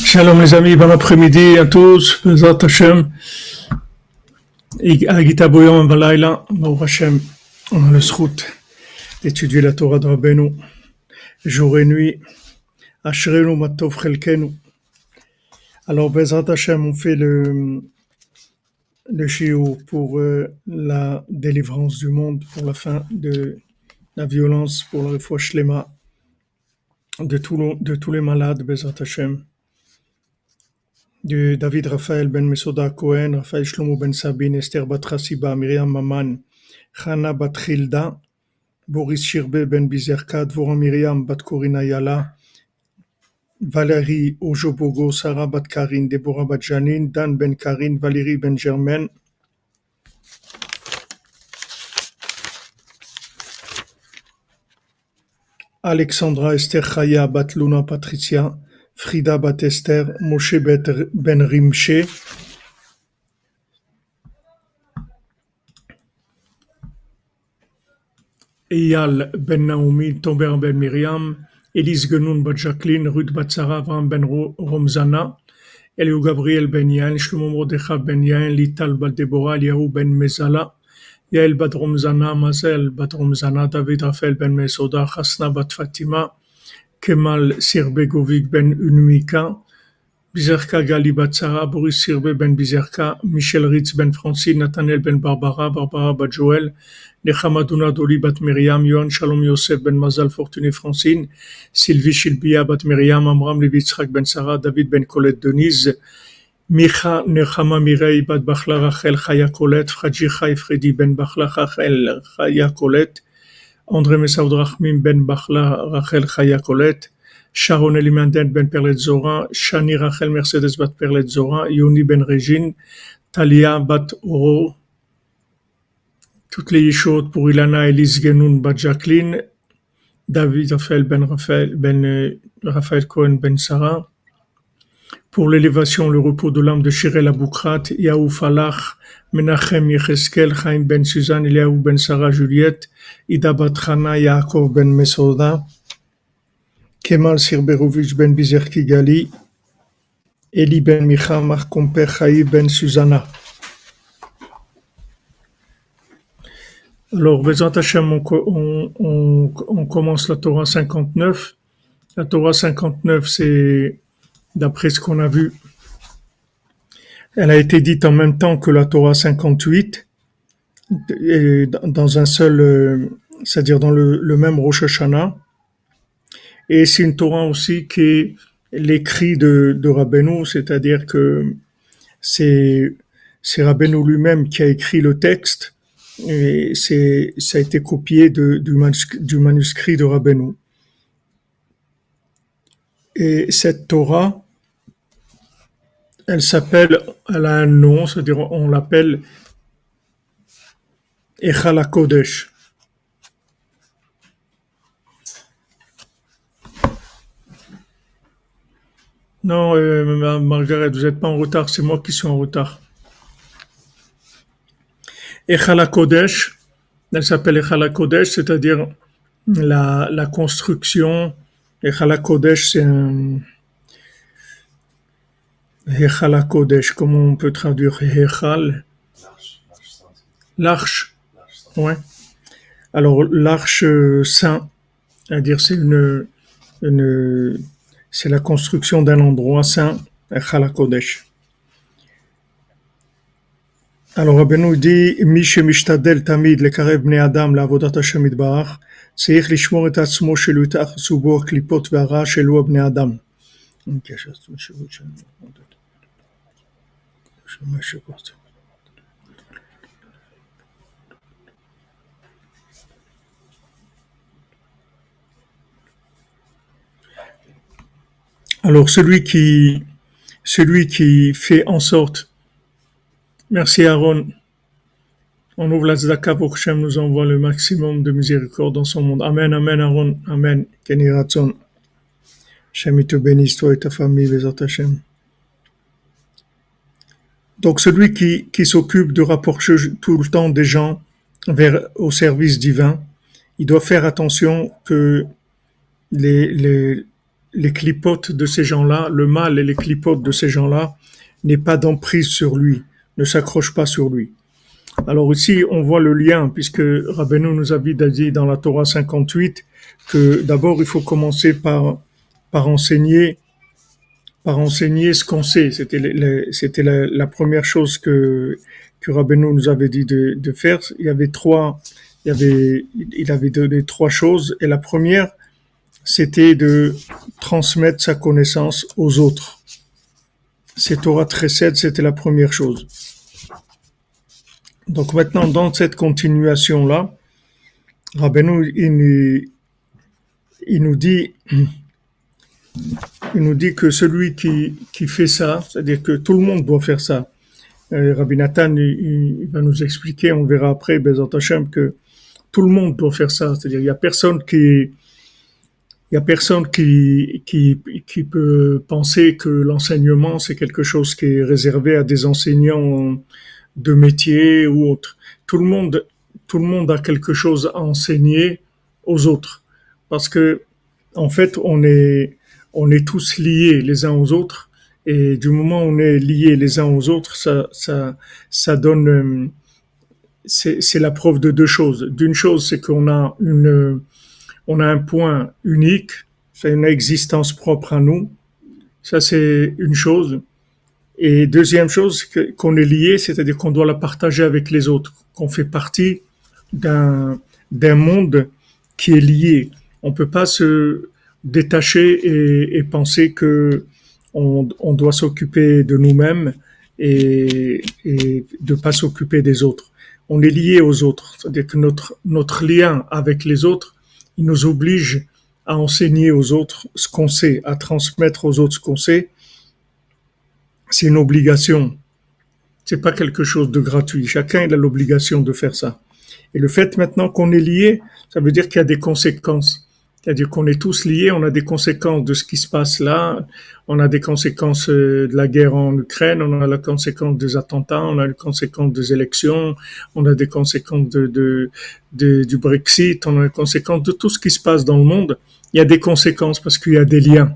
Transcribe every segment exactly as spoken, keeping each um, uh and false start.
Shalom les amis, bon après-midi à tous, Bezrat Hashem, Agita Boyom Balayla, Baruch Hashem, on a le srout d'étudier la Torah de Rabbeinu, jour et nuit, Ashrenu Matov Chelkenu. Alors Bezrat Hashem, on fait le, le shiur pour euh, la délivrance du monde, pour la fin de la violence, pour la refoua shlema de, tout le, de tous les malades, Bezrat Hashem. De David Raphaël ben Mesoda Cohen, Raphaël Shlomo ben Sabine, Esther bat Chassiba, Myriam Maman, Chana bat Childa, Boris Shirbe ben Bizerka, Dvorah Myriam bat Corina Yala, Valérie Ojobogo, Sarah bat Karine, Deborah bat Janine, Dan ben Karine, Valérie ben Germaine, Alexandra Esther Chaya bat Luna Patricia, Frida bat Esther, Moshe ben Rimshe, Eyal ben Naomi, Tomer ben Miriam, Elise Genoun bat Jacqueline, Ruth bat Sarah, Avram ben Romzana, Eliou Gabriel ben Yael, Shlomo Mordecha ben Yael, Lital bat Deborah, Eliaou ben Mezala, Yael bat Romzana, Mazel bat Romzana, David Raphaël ben Mesoda, Chasna bat Fatima, Kemal Sirbegovic ben Unmika, Bizerka Gali bat Sarah, Boris Sirbe ben Bizerka, Michel Ritz ben Francine, Nathaniel ben Barbara, Barbara bat Joël, Nechamadouna Doli bat Myriam, Yohan Shalom Yosef ben Mazal, Fortuné Francine, Sylvie Shilbia bat Myriam, Amram Levi Yitzhak ben Sarah, David ben Colette Denise, Micha Nechama Mirei bat Bachla Rachel Chaya Colette, Fradji Chai Freddy ben Bachla Rachel Chaya Colette, André Messaoud Rachmim ben Bachla Rachel Chaya Colette, Sharon Elimanden ben Perlet Zora, Shani Rachel Mercedes bat Perlet Zora, Yoni ben Régine, Talia bat Oro, toutes les yeshot pour Ilana Elise Genoun bat Jacqueline, David Raphaël ben Raphaël ben euh, Raphaël Cohen ben Sarah, pour l'élévation, le repos de l'âme de Shirel Aboukrat, Yaou Falach, Menachem Yecheskel, Chaim ben Suzanne, Eliaou ben Sarah Juliette, Ida bat Chana, Yaakov ben Mesoda, Kemal Sirberovich ben Bizerki Gali, Eli ben Micha, Marc Comper, Chaï ben Susanna. Alors, Bezrat Hashem, on, on, on, on commence la Torah cinquante-neuf. La Torah cinquante-neuf, c'est, d'après ce qu'on a vu, elle a été dite en même temps que la Torah cinquante-huit, et dans un seul, c'est-à-dire dans le, le même Rosh Hashanah. Et c'est une Torah aussi qui est l'écrit de, de Rabbeinu, c'est-à-dire que c'est, c'est Rabbeinu lui-même qui a écrit le texte, et c'est, ça a été copié de, du, manuscrit, du manuscrit de Rabbeinu. Et cette Torah, elle s'appelle, elle a un nom, c'est-à-dire on l'appelle Echal HaKodesh. Non, euh, Margaret, vous n'êtes pas en retard, c'est moi qui suis en retard. Echal HaKodesh, elle s'appelle Echal HaKodesh, c'est-à-dire la, la construction. Echal HaKodesh, c'est un... Echal HaKodesh, comment on peut traduire Echal? L'arche. Ouais. Alors, l'arche saint, c'est-à-dire c'est une, une, c'est la construction d'un endroit saint, Echal HaKodesh. Alors, Rabbeinu dit, Mi shemishtadel tamid lekarev bnei adam la'avodat Hashem yitbarach, tzarich lishmor et atzmo shelo yitachzu bo haklipot ve'hara shelo bnei adam. Alors, celui qui, celui qui fait en sorte, merci Aaron, on ouvre la tzedaka pour que Hashem nous envoie le maximum de miséricorde dans son monde. Amen, amen Aaron, amen. Keni Ratzon. Hashem te bénisse, toi et ta famille, Bezrat Hashem. Donc, celui qui, qui s'occupe de rapprocher tout le temps des gens vers, au service divin, il doit faire attention que les, les, les clipotes de ces gens-là, le mal et les clipotes de ces gens-là, n'aient pas d'emprise sur lui, ne s'accrochent pas sur lui. Alors ici, on voit le lien, puisque Rabbeinu nous a dit dans la Torah cinquante-huit que d'abord il faut commencer par, par enseigner, par enseigner ce qu'on sait. C'était, le, c'était la, la première chose que, que Rabbeinu nous avait dit de, de faire. Il y avait trois, il y avait, il avait donné trois choses, et la première, c'était de transmettre sa connaissance aux autres. C'est Torah Chesed, c'était la première chose. Donc maintenant, dans cette continuation-là, Rabbeinu, il, il nous dit, il nous dit que celui qui, qui fait ça, c'est-à-dire que tout le monde doit faire ça. Euh, Rabbi Nathan, il, il va nous expliquer, on verra après, Bezat Hashem, que tout le monde doit faire ça. C'est-à-dire, il y a personne qui, il y a personne qui, qui, qui peut penser que l'enseignement, c'est quelque chose qui est réservé à des enseignants de métier ou autre. Tout le monde, tout le monde a quelque chose à enseigner aux autres. Parce que, en fait, on est, on est tous liés les uns aux autres. Et du moment où on est liés les uns aux autres, ça, ça, ça donne, c'est, c'est la preuve de deux choses. D'une chose, c'est qu'on a une, on a un point unique, c'est une existence propre à nous. Ça, c'est une chose. Et deuxième chose, que, qu'on est lié, c'est-à-dire qu'on doit la partager avec les autres, qu'on fait partie d'un, d'un monde qui est lié. On peut pas se détacher et, et penser que on, on doit s'occuper de nous-mêmes et, et de pas s'occuper des autres. On est lié aux autres, c'est-à-dire que notre, notre lien avec les autres, il nous oblige à enseigner aux autres ce qu'on sait, à transmettre aux autres ce qu'on sait. C'est une obligation. C'est pas quelque chose de gratuit. Chacun il a l'obligation de faire ça. Et le fait maintenant qu'on est lié, ça veut dire qu'il y a des conséquences. C'est-à-dire qu'on est tous liés, on a des conséquences de ce qui se passe là, on a des conséquences de la guerre en Ukraine, on a la conséquence des attentats, on a les conséquences des élections, on a des conséquences de, de, de, du Brexit, on a les conséquences de tout ce qui se passe dans le monde. Il y a des conséquences parce qu'il y a des liens.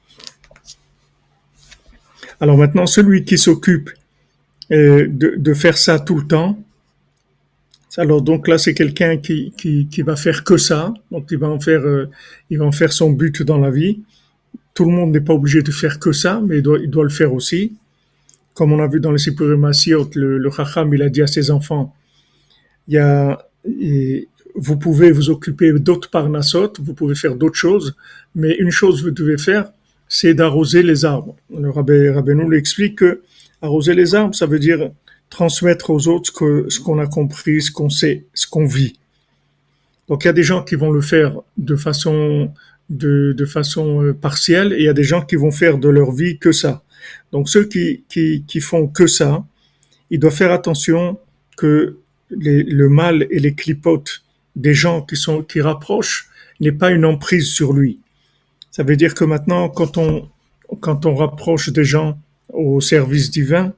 Alors maintenant, celui qui s'occupe euh, de, de faire ça tout le temps, alors donc là c'est quelqu'un qui, qui, qui va faire que ça, donc il va en faire, euh, il va en faire son but dans la vie. Tout le monde n'est pas obligé de faire que ça, mais il doit, il doit le faire aussi. Comme on a vu dans les Sipurim Massiot, le, le Chacham il a dit à ses enfants, il y a, et vous pouvez vous occuper d'autres parnassot, vous pouvez faire d'autres choses, mais une chose que vous devez faire, c'est d'arroser les arbres. Le Rabbi Rabbeinu l'explique que arroser les arbres, ça veut dire transmettre aux autres ce, que, ce qu'on a compris, ce qu'on sait, ce qu'on vit. Donc il y a des gens qui vont le faire de façon, de, de façon euh, partielle et il y a des gens qui vont faire de leur vie que ça. Donc ceux qui, qui, qui font que ça, ils doivent faire attention que les, le mal et les clipotes des gens qui, sont, qui rapprochent n'aient pas une emprise sur lui. Ça veut dire que maintenant, quand on, quand on rapproche des gens au service divin,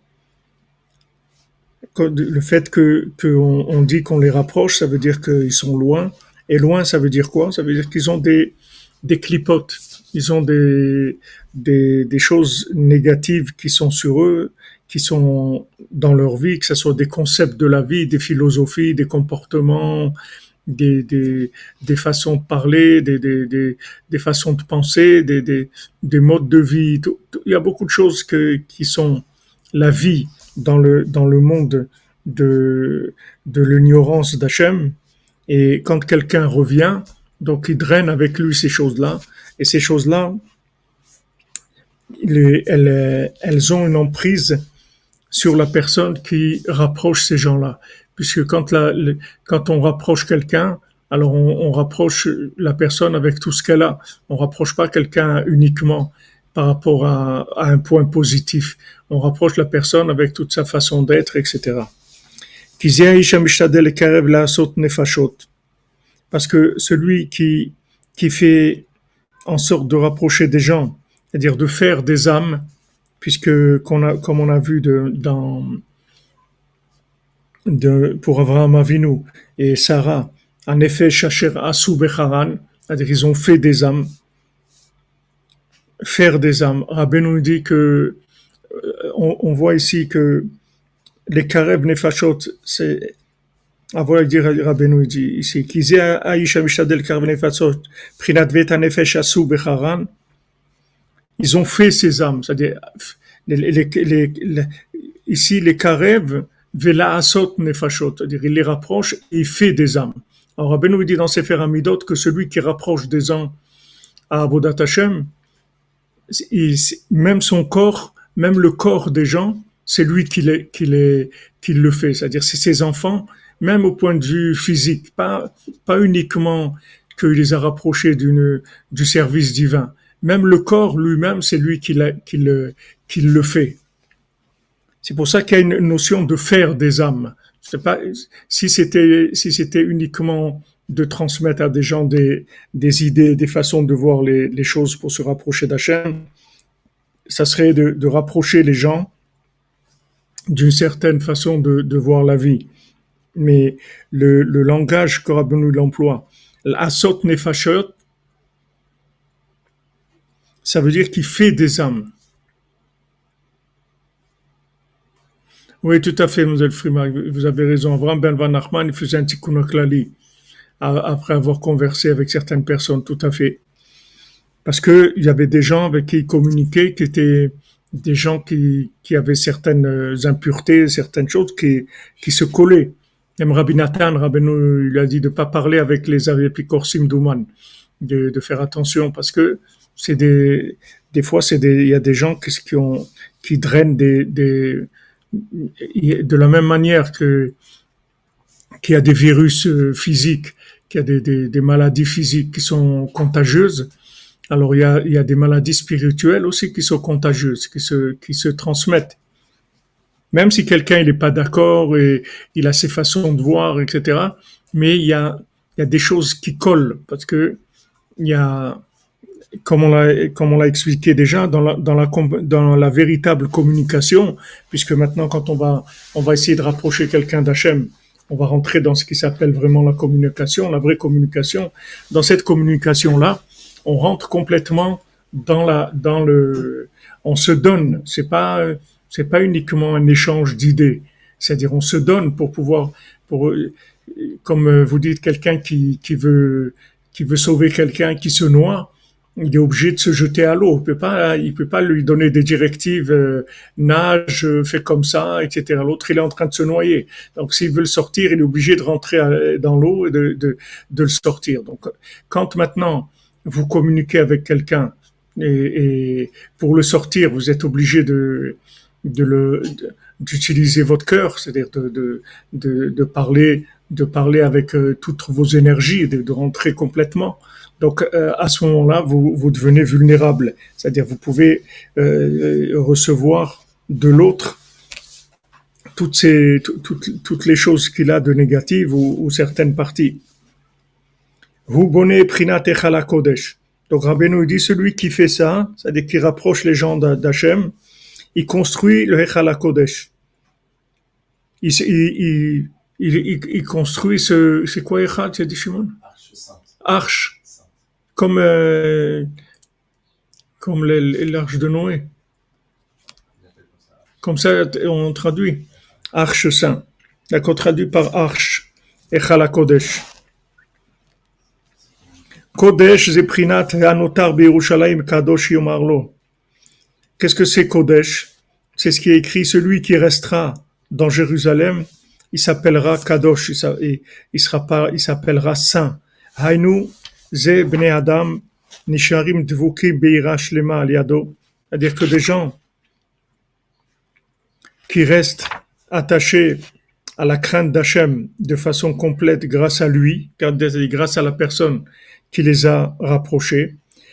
le fait que qu'on on dit qu'on les rapproche, ça veut dire qu'ils sont loin. Et loin, ça veut dire quoi? Ça veut dire qu'ils ont des des clipotes, ils ont des des des choses négatives qui sont sur eux, qui sont dans leur vie, que ce soit des concepts de la vie, des philosophies, des comportements, des des des façons de parler, des des des, des façons de penser, des des des modes de vie. Tout, tout, il y a beaucoup de choses que qui sont la vie dans le dans le monde de de l'ignorance d'Hachem, et quand quelqu'un revient, donc il draine avec lui ces choses-là, et ces choses-là les, elles elles ont une emprise sur la personne qui rapproche ces gens-là, puisque quand la le, quand on rapproche quelqu'un, alors on, on rapproche la personne avec tout ce qu'elle a, on rapproche pas quelqu'un uniquement par rapport à, à un point positif. On rapproche la personne avec toute sa façon d'être, et cetera. Parce que celui qui, qui fait en sorte de rapprocher des gens, c'est-à-dire de faire des âmes, puisque qu'on a, comme on a vu de, dans, de, pour Avraham Avinu et Sarah, en effet, Shacher Asu Becharan, c'est-à-dire qu'ils ont fait des âmes. faire des âmes. Rabbeinu dit que, euh, on, on voit ici que les karev nefashot, c'est, ah voilà, dire Rabbeinu dit ici, qu'ils aient aïcha mishtadel karev nefashot, prinat veta nefesh asu becharan, ils ont fait ces âmes, c'est-à-dire, les, les, les, les, ici, les karev, vela asot nefashot, c'est-à-dire, il les rapproche et il fait des âmes. Alors, Rabbeinu dit dans Sefer Hamidot que celui qui rapproche des âmes à Avodat Hashem, il, même son corps, même le corps des gens, c'est lui qui, les, qui, les, qui le fait. C'est-à-dire, c'est ses enfants, même au point de vue physique, pas, pas uniquement qu'il les a rapprochés d'une, du service divin. Même le corps lui-même, c'est lui qui, l'a, qui, le, qui le fait. C'est pour ça qu'il y a une notion de faire des âmes. C'est pas, si c'était, si c'était uniquement de transmettre à des gens des, des idées, des façons de voir les, les choses pour se rapprocher d'Hachem, ça serait de, de rapprocher les gens d'une certaine façon de, de voir la vie. Mais le, le langage que Rabbeinu l'emploie, l'asot nefashot, ça veut dire qu'il fait des âmes. Oui, tout à fait, Mlle Frimark, vous avez raison. Avraham ben Van Nachman, il faisait un tikkun klali après avoir conversé avec certaines personnes, tout à fait. Parce qu'il y avait des gens avec qui il communiquait, qui étaient des gens qui, qui avaient certaines impuretés, certaines choses qui, qui se collaient. Même Rabbi Nathan, Rabbeinu lui a dit de ne pas parler avec les Ariapikorsim d'Ouman, de, de faire attention, parce que c'est des, des fois, c'est des, il y a des gens qui, qui, ont, qui drainent des, des, de la même manière que, qu'il y a des virus physiques, qu'il y a des, des, des maladies physiques qui sont contagieuses. Alors, il y a, il y a des maladies spirituelles aussi qui sont contagieuses, qui se, qui se transmettent. Même si quelqu'un n'est pas d'accord et il a ses façons de voir, et cetera. Mais il y a, il y a des choses qui collent parce que il y a, comme on l'a, comme on l'a expliqué déjà, dans la, dans la, dans la véritable communication, puisque maintenant, quand on va, on va essayer de rapprocher quelqu'un d'Hachem, on va rentrer dans ce qui s'appelle vraiment la communication, la vraie communication. Dans cette communication-là, on rentre complètement dans la, dans le, on se donne. C'est pas, c'est pas uniquement un échange d'idées. C'est-à-dire, on se donne pour pouvoir, pour, comme vous dites, quelqu'un qui, qui veut, qui veut sauver quelqu'un qui se noie, il est obligé de se jeter à l'eau. Il peut pas, il peut pas lui donner des directives, euh, nage, fais comme ça, et cetera. L'autre, il est en train de se noyer. Donc, s'il veut le sortir, il est obligé de rentrer à, dans l'eau et de, de, de le sortir. Donc, quand maintenant, vous communiquez avec quelqu'un et, et pour le sortir, vous êtes obligé de, de le, de, d'utiliser votre cœur, c'est-à-dire de, de, de, de parler, de parler avec euh, toutes vos énergies, de, de rentrer complètement. Donc, euh, à ce moment-là, vous, vous devenez vulnérable, c'est-à-dire vous pouvez euh, recevoir de l'autre toutes ces, toutes, toutes les choses qu'il a de négatives ou, ou certaines parties. Vous bonnet prinat echala kodesh. Donc Rabbeinu dit celui qui fait ça, c'est-à-dire qui rapproche les gens d'Hachem, il construit le echala kodesh. Il, il, il, il, il construit ce, c'est quoi echal, tu as dit Shimon? Arche sainte. Arche. Comme, euh, comme l'arche de Noé. Comme ça, on traduit. Arche saint. D'accord, traduit par arche. Echala kodesh. Kodesh zeprinat anotar beYerushalayim kadosh yomarlo. Qu'est-ce que c'est Kodesh? C'est ce qui est écrit, celui qui restera dans Jérusalem, il s'appellera Kadosh, il, il, sera pas, il s'appellera Saint. Hainu ze bnei Adam nisharim dvuki beira shlema al yado. C'est-à-dire que des gens qui restent attachés à la crainte d'Hachem de façon complète grâce à lui, grâce à la personne qui les a rapprochés.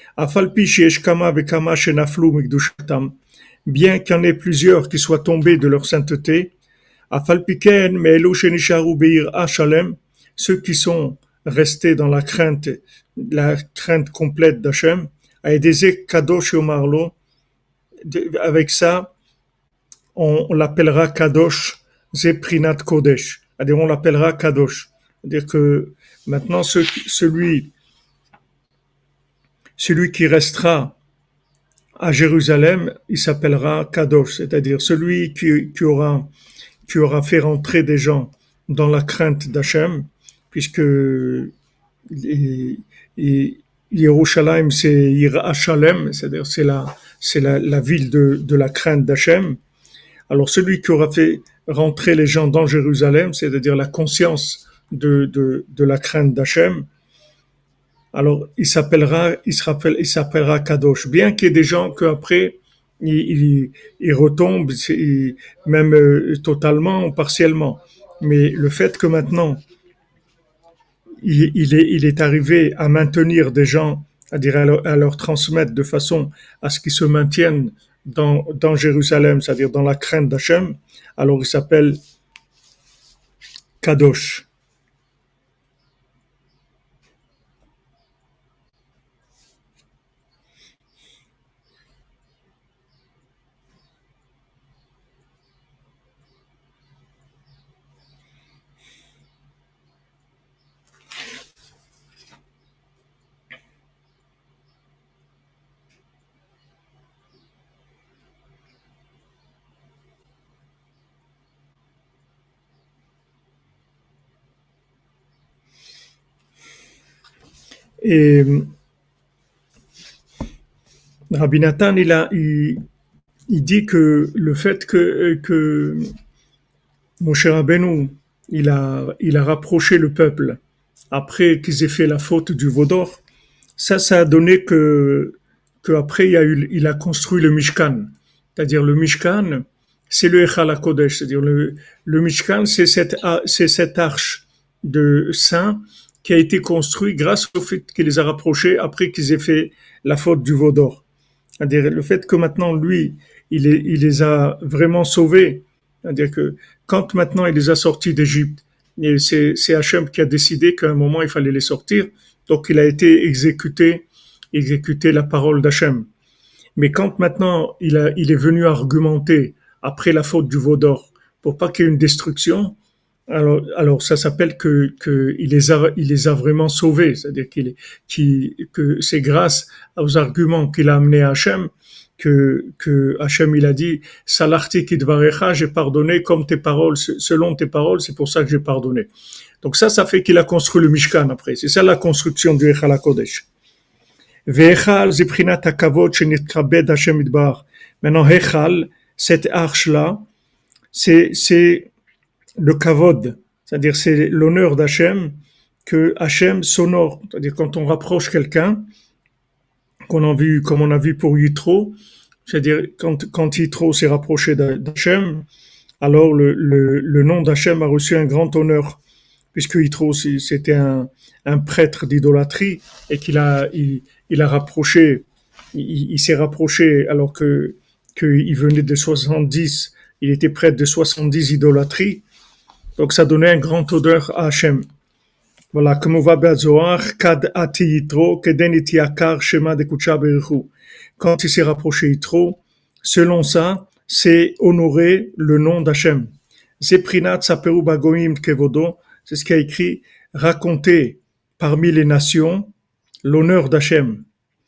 Bien qu'il y en ait plusieurs qui soient tombés de leur sainteté, ceux qui sont restés dans la crainte, la crainte complète d'Hachem, avec ça, on, on l'appellera Kadosh, Zeprinat Kodesh. C'est-à-dire, on l'appellera Kadosh. C'est-à-dire que maintenant, ce, celui, celui qui restera à Jérusalem, il s'appellera Kadosh, c'est-à-dire celui qui, qui aura, qui aura fait rentrer des gens dans la crainte d'Hachem, puisque et, et Yerushalayim, c'est Yira Shalem, c'est-à-dire c'est la, c'est la, la ville de, de la crainte d'Hachem. Alors celui qui aura fait rentrer les gens dans Jérusalem, c'est-à-dire la conscience de, de, de la crainte d'Hachem, alors il s'appellera, il s'appelle, il s'appellera Kadosh. Bien qu'il y ait des gens qu'après, ils, ils, ils retombent, ils, même euh, totalement ou partiellement. Mais le fait que maintenant, il, il, est, il est arrivé à maintenir des gens, c'est-à-dire à leur, à leur transmettre de façon à ce qu'ils se maintiennent dans, dans Jérusalem, c'est-à-dire dans la crainte d'Hachem, alors il s'appelle Kadosh. Et Rabbi Nathan, il, a, il, il dit que le fait que, que Moshe Rabbeinu, il a, il a rapproché le peuple après qu'ils aient fait la faute du veau d'or, ça, ça a donné que, que après il a eu, il a construit le Mishkan. C'est-à-dire le Mishkan, c'est le Echal HaKodesh. C'est-à-dire le, le Mishkan, c'est cette, c'est cette arche de saint qui a été construite grâce au fait qu'il les a rapprochés après qu'ils aient fait la faute du veau d'or. C'est-à-dire le fait que maintenant, lui, il, est, il les a vraiment sauvés. C'est-à-dire que quand maintenant il les a sortis d'Égypte, et c'est, c'est Hachem qui a décidé qu'à un moment il fallait les sortir, donc il a été exécuté, exécuté la parole d'Hachem. Mais quand maintenant il, a, il est venu argumenter après la faute du veau d'or pour pas qu'il y ait une destruction, alors, alors ça s'appelle que, que il les a, il les a vraiment sauvés, c'est-à-dire qu'il, qu'il, que c'est grâce aux arguments qu'il a amenés à Hachem que, que Hachem il a dit Salarti kidvarecha, j'ai pardonné comme tes paroles, selon tes paroles, c'est pour ça que j'ai pardonné. Donc ça, ça fait qu'il a construit le Mishkan après. C'est ça la construction du Echal HaKodesh. Ve'echal ziprinat hakavod shenitkabed Hachem idbar. Maintenant, Echal, cette arche-là, c'est, c'est le kavod, c'est-à-dire c'est l'honneur d'Hachem que Hachem s'honore. C'est-à-dire quand on rapproche quelqu'un, qu'on a vu, comme on a vu pour Yitro, c'est-à-dire quand, quand Yitro s'est rapproché d'Hachem, alors le, le, le nom d'Hachem a reçu un grand honneur, puisque Yitro c'était un, un prêtre d'idolâtrie et qu'il a, il, il a rapproché, il, il s'est rapproché alors que qu'il venait de soixante-dix, il était prêtre de soixante-dix idolâtries, donc ça donnait un grand honneur à Hachem. Voilà, comme on va bien Zohar, kad ati Yitro, keden iti akar shema de kucha berichu. Quand il s'est rapproché Yitro, selon ça, c'est honorer le nom d'Hachem. Zeprinat saperu bagoim kevodo, c'est ce qui a écrit, raconter parmi les nations l'honneur d'Hachem.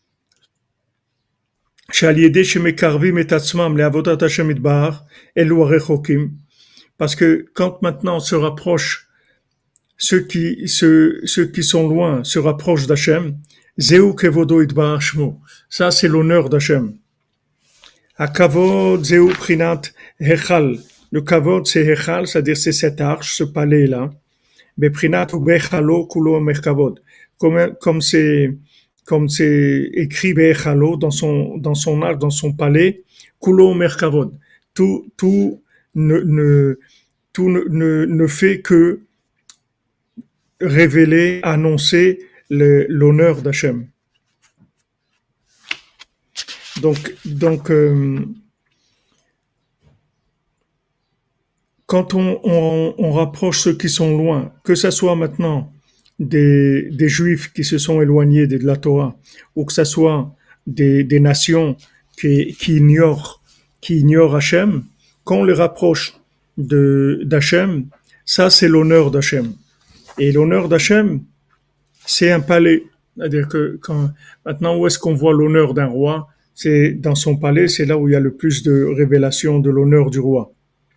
Shaliede shemekarvim et atzmam leavodat Hachem idbar, elu arechokim. Parce que quand maintenant on se rapproche Ceux qui, ceux, ceux qui sont loin se rapprochent d'Hachem. Zeu kevodo idbar shmo. Ça, c'est l'honneur d'Hachem. Hakavod zeu prinat hechal. Le kavod, c'est hechal, c'est-à-dire c'est cette arche, ce palais-là. Mais prinat ou bechalo kulo merkavod. Comme, comme c'est, comme c'est écrit bechalo dans son, dans son arche, dans son palais, kulo merkavod. Tout, tout ne, ne, tout ne, ne, ne fait que révéler, annoncer le, l'honneur d'Hachem. Donc, donc euh, quand on, on, on rapproche ceux qui sont loin, que ce soit maintenant des, des Juifs qui se sont éloignés de la Torah, ou que ce soit des, des nations qui, qui ignorent, qui ignorent Hachem, quand on les rapproche de, d'Hachem, ça c'est l'honneur d'Hachem. Et l'honneur d'Hachem, c'est un palais. C'est-à-dire que quand, maintenant, où est-ce qu'on voit l'honneur d'un roi? c'est dans son palais, c'est là où il y a le plus de révélations de l'honneur du roi.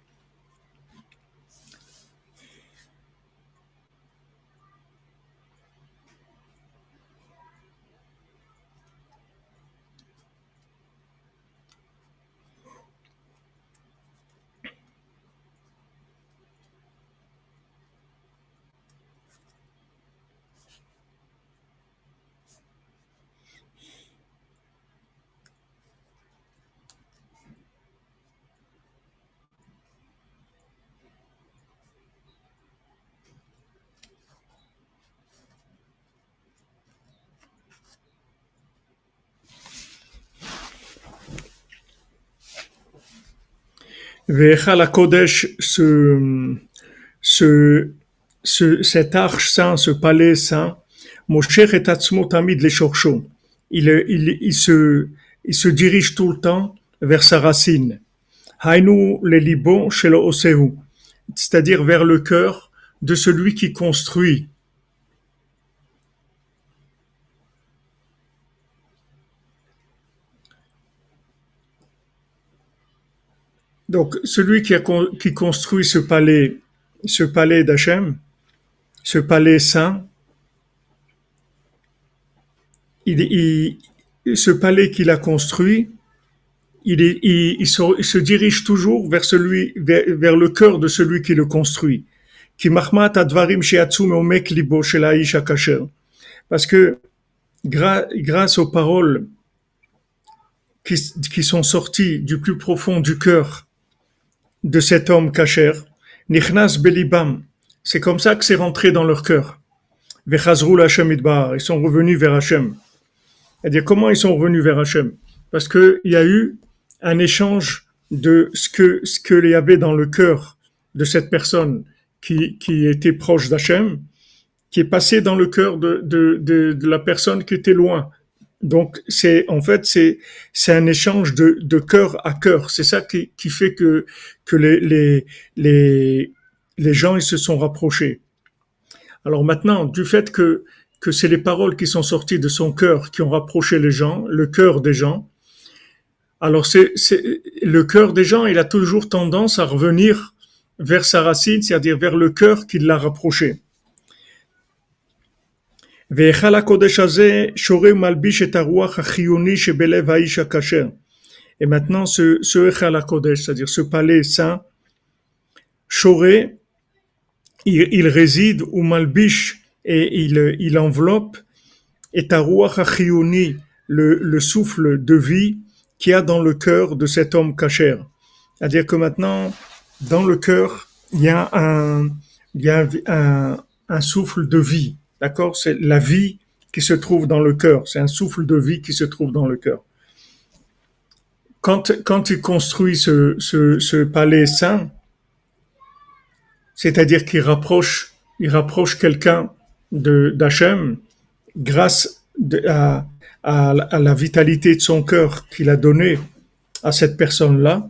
Veichal Kodesh, ce, ce, ce, cette arche saint, ce palais saint, Moshe et Tatzmo Tamid les Shorcho, il, il, il, se, il se dirige tout le temps vers sa racine. Hainu le libon shelo osehu, c'est-à-dire vers le cœur de celui qui construit. Donc, celui qui, a, qui construit ce palais, ce palais d'Hachem, ce palais saint, il, il, ce palais qu'il a construit, il, est, il, il, se, il, se, dirige toujours vers, celui, vers, vers le cœur de celui qui le construit. Parce que grâce aux paroles qui, qui sont sorties du plus profond du cœur de cet homme kasher, nichnas belibam, c'est comme ça que c'est rentré dans leur cœur. Vechazrou l'Hashem idbar, ils sont revenus vers Hachem. C'est-à-dire, comment ils sont revenus vers Hachem? Parce qu'il y a eu un échange de ce que ce qu'il y avait dans le cœur de cette personne qui, qui était proche d'Hachem, qui est passé dans le cœur de, de, de, de la personne qui était loin. Donc, c'est en fait, c'est, c'est un échange de, de cœur à cœur. C'est ça qui, qui fait que, que les, les, les, les gens ils se sont rapprochés. Alors maintenant, du fait que que c'est les paroles qui sont sorties de son cœur qui ont rapproché les gens, le cœur des gens. Alors c'est, c'est le cœur des gens, il a toujours tendance à revenir vers sa racine, c'est-à-dire vers le cœur qui l'a rapproché. Et maintenant, ce, ce Echal HaKodesh, c'est-à-dire ce palais saint, Shoré, il, il réside ou Malbish, et il, il enveloppe et Tarouach Achiyuni, le, le souffle de vie qu'il y a dans le cœur de cet homme kasher. C'est-à-dire que maintenant, dans le cœur, il y a un, il y a un, un souffle de vie. D'accord? C'est la vie qui se trouve dans le cœur. C'est un souffle de vie qui se trouve dans le cœur. Quand, quand il construit ce, ce, ce palais saint, c'est-à-dire qu'il rapproche, il rapproche quelqu'un de, d'Hachem, grâce de, à, à, à la vitalité de son cœur qu'il a donné à cette personne-là.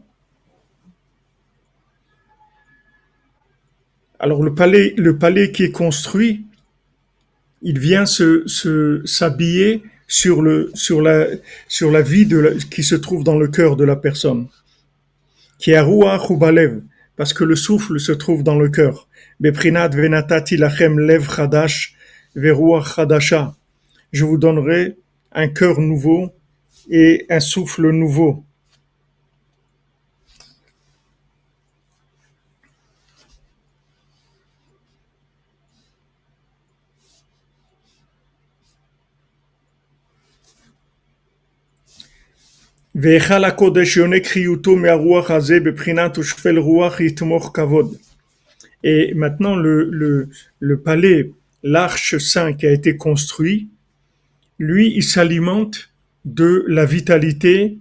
Alors le palais, le palais qui est construit, il vient se, se s'habiller sur le sur la sur la vie de la, qui se trouve dans le cœur de la personne. Qui est ruach ou balev, parce que le souffle se trouve dans le cœur. Beprinat venatati lachem lev chadash veruach chadasha. Je vous donnerai un cœur nouveau et un souffle nouveau. והיכל הקודש יונק חיותו מהרוח הזה בבחינת ושפל רוח יתמוך כבוד. Et maintenant, le, le, le palais, l'arche saint qui a été construit, lui, il s'alimente de la vitalité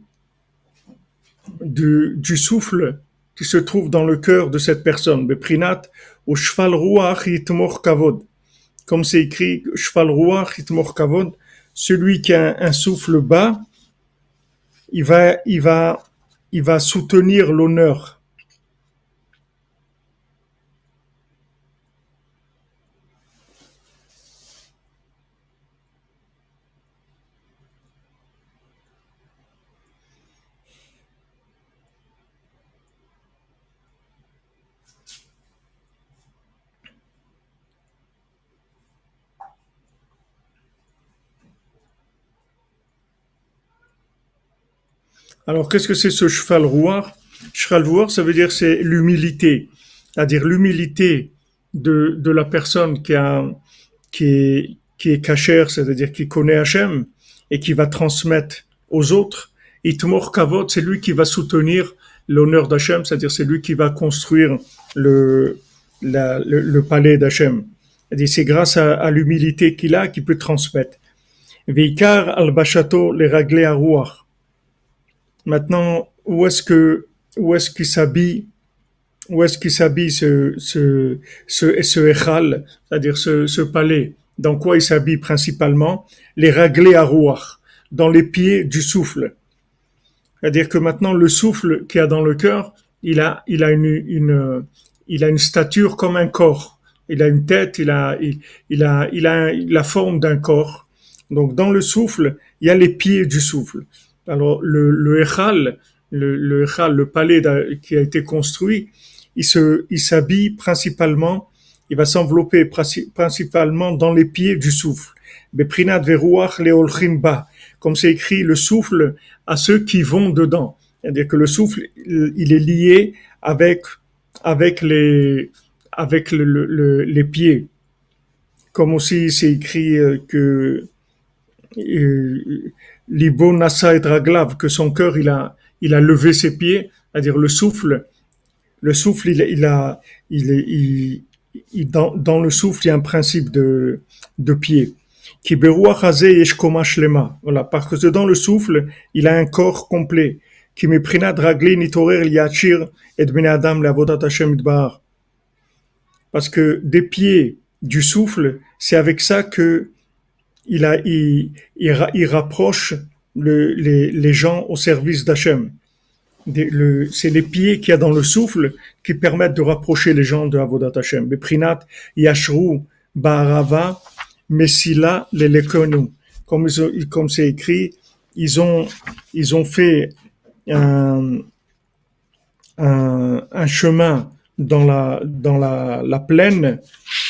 du, du souffle qui se trouve dans le cœur de cette personne. Beprinat ou shfal ruach yitmor kavod. Comme c'est écrit, shfal ruach yitmor kavod, celui qui a un, un souffle bas, il va, il va, il va soutenir l'honneur. Alors, qu'est-ce que c'est ce cheval rouar? Cheval rouar, ça veut dire c'est l'humilité, c'est-à-dire l'humilité de, de la personne qui a, qui est, qui est cachère, c'est-à-dire qui connaît Hachem et qui va transmettre aux autres. Itmor Kavod, c'est lui qui va soutenir l'honneur d'Hachem, c'est-à-dire c'est lui qui va construire le, la, le, le palais d'Hachem. C'est-à-dire c'est grâce à, à l'humilité qu'il a qu'il peut transmettre. Veikar al-Bashato les raglé à rouar. Maintenant, où est-ce que, où est-ce qu'il s'habille, où est-ce qu'il s'habille ce, ce, ce, ce Echal, c'est-à-dire ce, ce palais? Dans quoi il s'habille principalement? Les raglés à rouar, dans les pieds du souffle. C'est-à-dire que maintenant, le souffle qu'il y a dans le cœur, il a, il a une, une, il a une stature comme un corps. Il a une tête, il a, il, il a, il a la forme d'un corps. Donc, dans le souffle, il y a les pieds du souffle. Alors, le, le Echal, le, le Echal, le palais qui a été construit, il se, il s'habille principalement, il va s'envelopper principalement dans les pieds du souffle. Beprinat veruach leolchim ba, comme c'est écrit, le souffle à ceux qui vont dedans. C'est-à-dire que le souffle, il est lié avec, avec les, avec le, le, les pieds. Comme aussi c'est écrit que, Libo Nasa et Draglav, que son cœur, il a, il a levé ses pieds, c'est-à-dire le souffle, le souffle, il, il a, il, il, il dans, dans le souffle, il y a un principe de, de pied. Qui beruach hazeh yesh koma shlema. Voilà, parce que dans le souffle, il a un corps complet. Qui meprinat ragli nitorer liachir et bnei adam leavodat Hashem idbar. Parce que des pieds du souffle, c'est avec ça que il a, il, il, il rapproche le, les, les gens au service d'Hachem. Le, c'est les pieds qu'il y a dans le souffle qui permettent de rapprocher les gens de Avodat Hashem. Beprinat yashru ba'arava Messila les lekonu. Comme, comme c'est écrit, ils ont, ils ont fait un, un, un chemin dans la, dans la, la plaine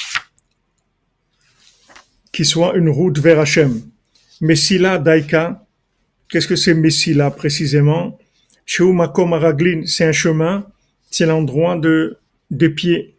qui soit une route vers Hachem. Messila daika, qu'est-ce que c'est Messila précisément? Sheu makom araglin, c'est un chemin, c'est l'endroit de, des pieds.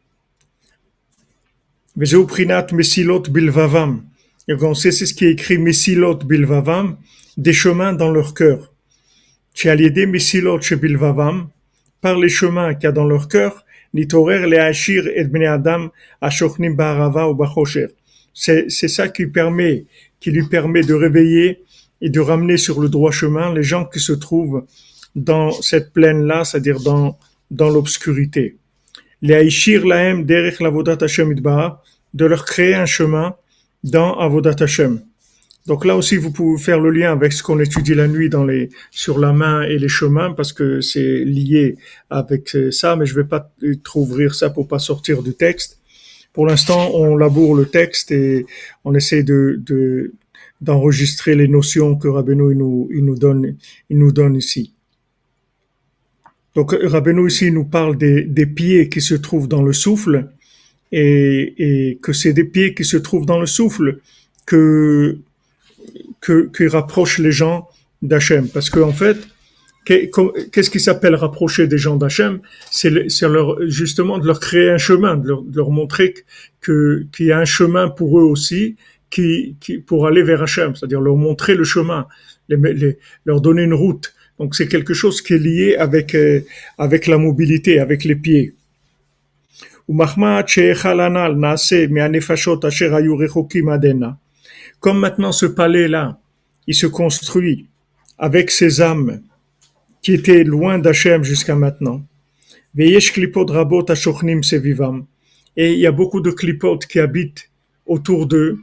Vezeu prinat messilot bilvavam. Et on sait, c'est ce qui est écrit messilot bilvavam, des chemins dans leur cœur. Chialiede messilot chez bilvavam, par les chemins qu'il y a dans leur cœur, nitorer le hachir et bnei adam ashochnim ba'arava ou bachosher. C'est, c'est ça qui permet, qui lui permet de réveiller et de ramener sur le droit chemin les gens qui se trouvent dans cette plaine-là, c'est-à-dire dans, dans l'obscurité. Le'aishir lahem derech l'avodat Hashem idbar, de leur créer un chemin dans Avodat Hashem. Donc là aussi, vous pouvez faire le lien avec ce qu'on étudie la nuit dans les, sur la main et les chemins, parce que c'est lié avec ça, mais je vais pas trop ouvrir ça pour pas sortir du texte. Pour l'instant, on laboure le texte et on essaie de, de, d'enregistrer les notions que Rabbeinu il nous, il nous donne, il nous donne ici. Donc, Rabbeinu ici nous parle des, des pieds qui se trouvent dans le souffle et, et que c'est des pieds qui se trouvent dans le souffle que, que, qui rapprochent les gens d'Hachem. Parce qu'en fait, qu'est-ce qui s'appelle rapprocher des gens d'Hachem? C'est, c'est leur, justement de leur créer un chemin, de leur, de leur montrer que, qu'il y a un chemin pour eux aussi qui, qui, pour aller vers Hachem. C'est-à-dire leur montrer le chemin, les, les, leur donner une route. Donc c'est quelque chose qui est lié avec, euh, avec la mobilité, avec les pieds. Comme maintenant ce palais-là, il se construit avec ces âmes qui étaient loin d'Hachem jusqu'à maintenant. Et il y a beaucoup de klipotes qui habitent autour d'eux.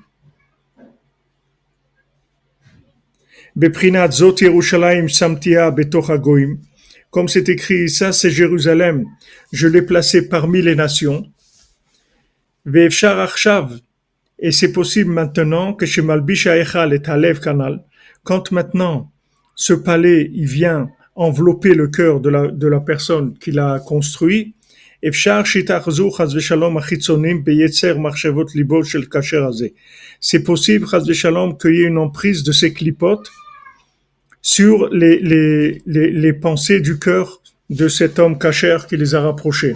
Beprinat zot Yerushalayim samtia betoch hagoyim, comme c'est écrit, ça c'est Jérusalem, je l'ai placé parmi les nations. Ve'efshar achshav, et c'est possible maintenant que chez Malbish Ha'echal et Halev Kanal, quand maintenant ce palais il vient envelopper le cœur de la de la personne qui l'a construit, efshar shitachzu chas v'shalom achitzonim beyetzer marchevot libo shel kasher hazeh. C'est possible chas v'shalom qu'il y ait une emprise de ces clipotes sur les, les, les, les pensées du cœur de cet homme kasher qui les a rapprochés.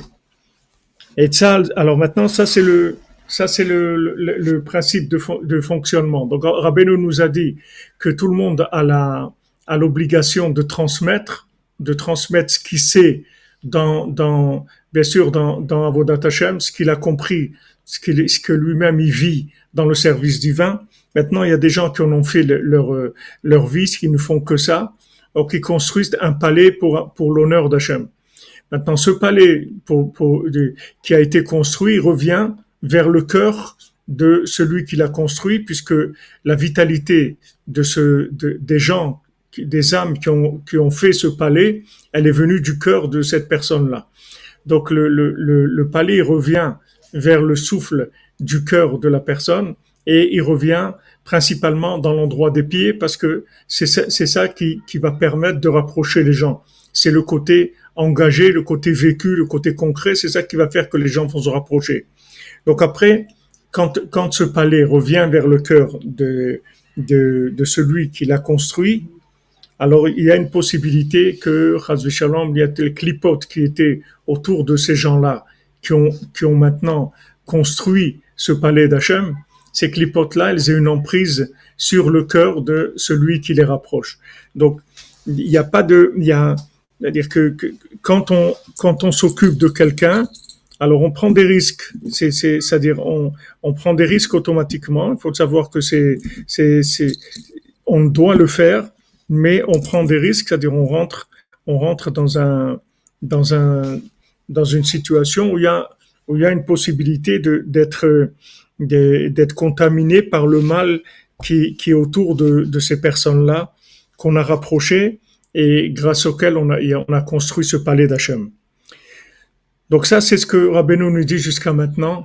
Et ça, alors maintenant, ça c'est le, ça c'est le, le, le principe de, fon- de fonctionnement. Donc Rabbeinu nous a dit que tout le monde a la, a l'obligation de transmettre, de transmettre ce qu'il sait dans, dans, bien sûr dans, dans Avodat Hashem, ce qu'il a compris, ce, qu'il, ce que lui-même il vit dans le service divin. Maintenant, il y a des gens qui en ont fait le- leur, euh, leur vie, qui ne font que ça, ou qui construisent un palais pour, pour l'honneur d'Hachem. Maintenant, ce palais pour, pour, de- qui a été construit revient vers le cœur de celui qui l'a construit, puisque la vitalité de ce, de- des gens, des âmes qui ont, qui ont fait ce palais, elle est venue du cœur de cette personne-là. Donc le, le, le, le palais revient vers le souffle du cœur de la personne et il revient principalement dans l'endroit des pieds parce que c'est ça, c'est ça qui, qui va permettre de rapprocher les gens. C'est le côté engagé, le côté vécu, le côté concret, c'est ça qui va faire que les gens vont se rapprocher. Donc après, quand, quand ce palais revient vers le cœur de, de, de celui qui l'a construit, alors il y a une possibilité que, Chas v'Shalom, il y a des clipotes qui étaient autour de ces gens-là, qui ont, qui ont maintenant construit ce palais d'Hachem, ces clipotes-là, elles aient une emprise sur le cœur de celui qui les rapproche. Donc, il n'y a pas de, il y a, c'est-à-dire que, que quand on, quand on s'occupe de quelqu'un, alors on prend des risques. C'est, c'est, c'est-à-dire on, on prend des risques automatiquement. Il faut savoir que c'est, c'est, c'est, on doit le faire, mais on prend des risques, c'est-à-dire on rentre, on rentre dans un, dans un, dans une situation où il y a, où il y a une possibilité de, d'être, de- d'être contaminé par le mal qui, qui est autour de, de ces personnes-là qu'on a rapprochées et grâce auquel on a, on a construit ce palais d'Hachem. Donc ça, c'est ce que Rabbeinu nous dit jusqu'à maintenant.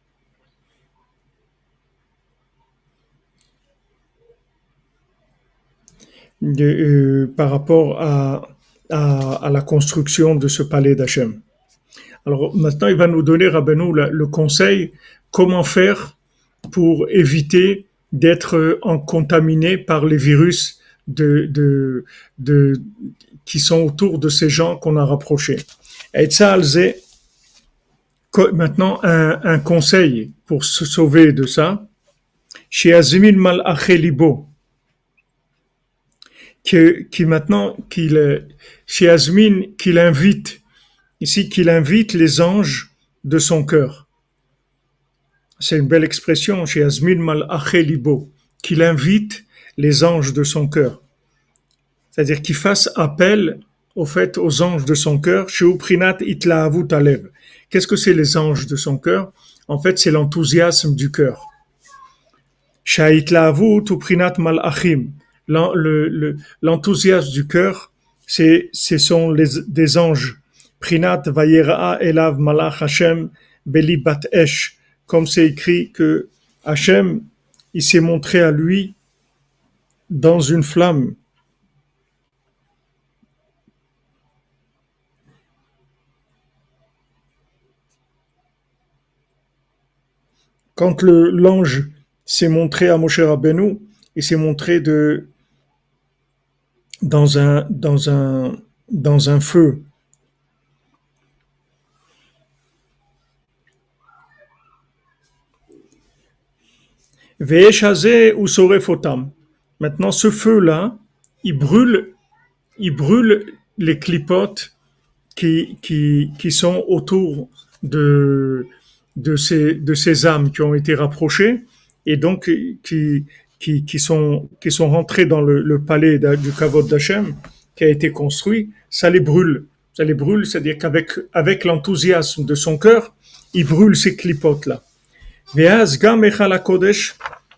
De, euh, par rapport à, à, à la construction de ce palais d'Hachem. Alors maintenant, il va nous donner, Rabbeinu, la- le conseil comment faire pour éviter d'être euh, en- contaminé par les virus de, de, de, qui sont autour de ces gens qu'on a rapprochés. Et ça, c'est maintenant un, un conseil pour se sauver de ça. Chez Azimil Malaché Libo, qui, qui maintenant, qu'il, chez Azmin, qu'il invite, ici, qu'il invite les anges de son cœur. C'est une belle expression chez Azmin Malaché Libo, qu'il invite les anges de son cœur. C'est-à-dire qu'il fasse appel au fait aux anges de son cœur, chez Uprinat Itlaavut Alev. Qu'est-ce que c'est les anges de son cœur? En fait, c'est l'enthousiasme du cœur. Sha'itlaavut Uprinat Malachim. L'en- le- le- L'enthousiasme du cœur, c'est, ce sont les, des anges. Prinat Vayera Elav Malach Hashem Beli Bat Esh. Comme c'est écrit que Hashem, il s'est montré à lui dans une flamme. Quand le, l'ange s'est montré à Moshe Rabbeinu, il s'est montré de, dans un, dans un, dans un feu. Ve'esh hazeh ou soref otam. Maintenant, ce feu-là, il brûle, il brûle les clipotes qui, qui, qui sont autour de, de ces, de ces âmes qui ont été rapprochées et donc qui, qui, qui sont, qui sont rentrées dans le, le palais du Kavod d'Hachem qui a été construit, ça les brûle. Ça les brûle, c'est-à-dire qu'avec, avec l'enthousiasme de son cœur, il brûle ces clipotes-là. Ve'az gam echal hakodesh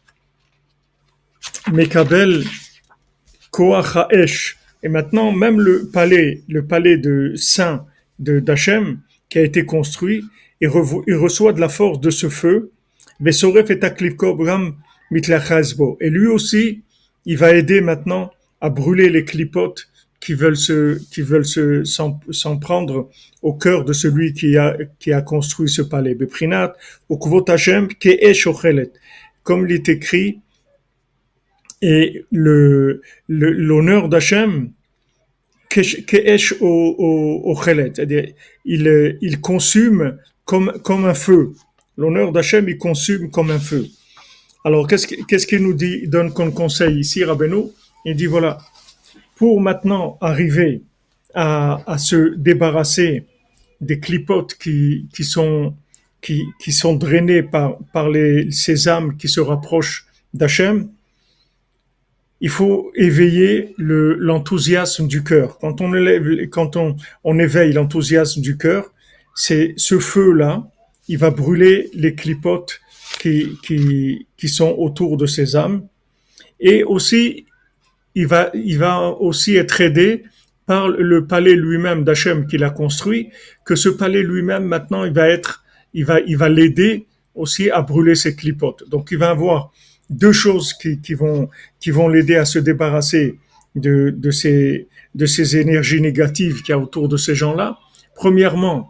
mekabel koach ha'esh. Et maintenant, même le palais, le palais de Saint de d'Hachem, qui a été construit, il, revo- il reçoit de la force de ce feu. Vesoref et aklivko bram mitlachazbo. Et lui aussi, il va aider maintenant à brûler les clipotes qui veulent se, qui veulent se, s'en, s'en prendre au cœur de celui qui a, qui a construit ce palais. Beprinat, ukvot Hashem, ke'esh ochelet. Comme il est écrit, Et le, le- l'honneur d'Hachem, kesh- ke'esh au, au, au chelet, c'est-à-dire il, euh, il consume comme, comme un feu. L'honneur d'Hachem, il consume comme un feu. Alors, qu'est-ce que- qu'est-ce qu'il nous dit, il donne comme conseil ici, Rabbeinu? Il dit voilà, pour maintenant arriver à, à se débarrasser des clipotes qui, qui sont, qui, qui sont drainées par, par les, ces âmes qui se rapprochent d'Hachem, il faut éveiller le, l'enthousiasme du cœur. Quand on élève, quand on, on éveille l'enthousiasme du cœur, c'est ce feu-là, il va brûler les clipotes qui, qui, qui sont autour de ces âmes. Et aussi, il va, il va aussi être aidé par le palais lui-même d'Hachem qu'il a construit, que ce palais lui-même, maintenant, il va être, il va, il va l'aider aussi à brûler ses clipotes. Donc, il va avoir deux choses qui, qui vont, qui vont l'aider à se débarrasser de, de ces, de ces énergies négatives qu'il y a autour de ces gens-là. Premièrement,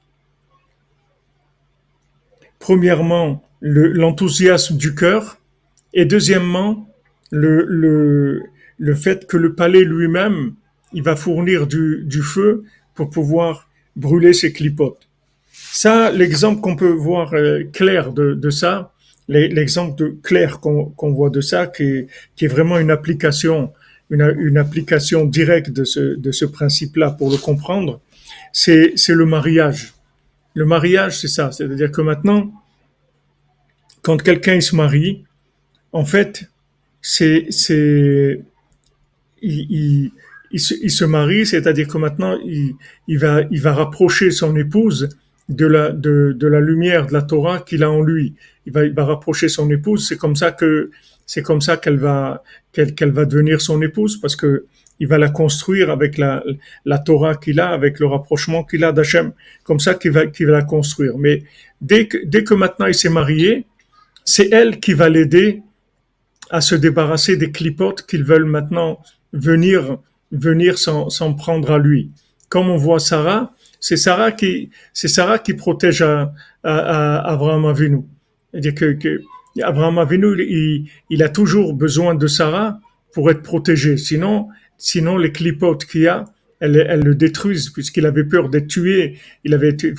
premièrement, le- l'enthousiasme du cœur, et deuxièmement, le, le, le fait que le palais lui-même, il va fournir du, du feu pour pouvoir brûler ses clipotes. Ça, l'exemple qu'on peut voir euh, clair de, de ça, l'exemple de, clair qu'on qu'on voit de ça, qui est, qui est vraiment une application, une, une application directe de ce, de ce principe-là pour le comprendre, c'est c'est le mariage. Le mariage, c'est ça. C'est-à-dire que maintenant, quand quelqu'un il se marie, en fait, c'est, c'est, il, il, il, se, il se marie, c'est-à-dire que maintenant, il, il va, il va rapprocher son épouse de la, de, de la lumière de la Torah qu'il a en lui. Il va, il va rapprocher son épouse. C'est comme ça que, c'est comme ça qu'elle va, qu'elle, qu'elle va devenir son épouse, parce que il va la construire avec la, la Torah qu'il a, avec le rapprochement qu'il a d'Hachem. Comme ça qu'il va, qu'il va la construire. Mais dès que, dès que maintenant il s'est marié, c'est elle qui va l'aider à se débarrasser des clipotes qu'ils veulent maintenant venir, venir s'en, s'en prendre à lui. Comme on voit Sarah, c'est Sarah qui, c'est Sarah qui protège à, à, à Abraham Avinu. C'est-à-dire que, que Abraham Avinu, il, il a toujours besoin de Sarah pour être protégé. Sinon, sinon les clipotes qu'il y a, elles, elles le détruisent puisqu'il avait peur d'être tué. Il avait été,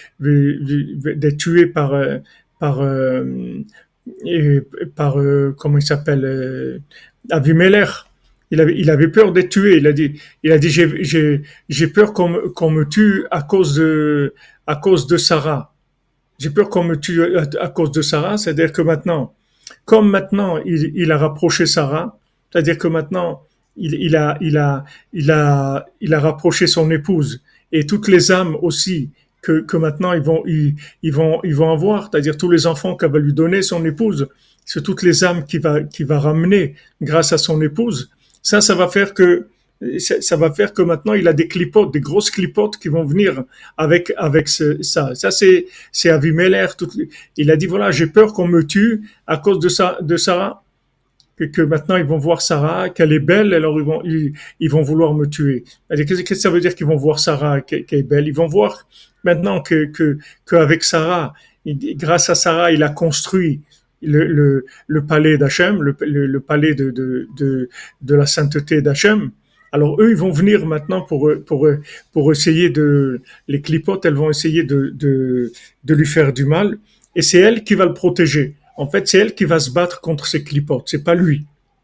d'être tué par, par, euh, et par euh, comment il s'appelle euh, Avimelech. Il avait, il avait peur d'être tué. Il a dit, il a dit, j'ai, j'ai, j'ai peur qu'on, me- qu'on me tue à cause de, à cause de Sarah. J'ai peur qu'on me tue à, à cause de Sarah. C'est-à-dire que maintenant, comme maintenant, il, il a rapproché Sarah. C'est-à-dire que maintenant, il, il a, il a, il a, il a rapproché son épouse et toutes les âmes aussi que, que maintenant ils vont, ils, ils vont, ils vont avoir. C'est-à-dire tous les enfants qu'elle va lui donner son épouse. C'est toutes les âmes qui va, qui va ramener grâce à son épouse. Ça, ça va faire que, ça, ça va faire que maintenant il a des clipotes, des grosses clipotes qui vont venir avec avec ce, ça. Ça c'est c'est Avimelech. Tout, il a dit voilà, j'ai peur qu'on me tue à cause de ça, de Sarah, que, que maintenant ils vont voir Sarah, qu'elle est belle, alors ils vont ils, ils vont vouloir me tuer. Qu'est-ce que ça veut dire qu'ils vont voir Sarah qu'elle est belle? Ils vont voir maintenant que que qu'avec Sarah, il, grâce à Sarah, il a construit le, le, le palais d'Hachem, le, le, le palais de, de, de, de la sainteté d'Hachem. Alors eux, ils vont venir maintenant pour pour pour essayer de les clipotes, elles vont essayer de de de lui faire du mal, et c'est elle qui va le protéger. En fait, c'est elle qui va se battre contre ces clipotes, c'est pas lui.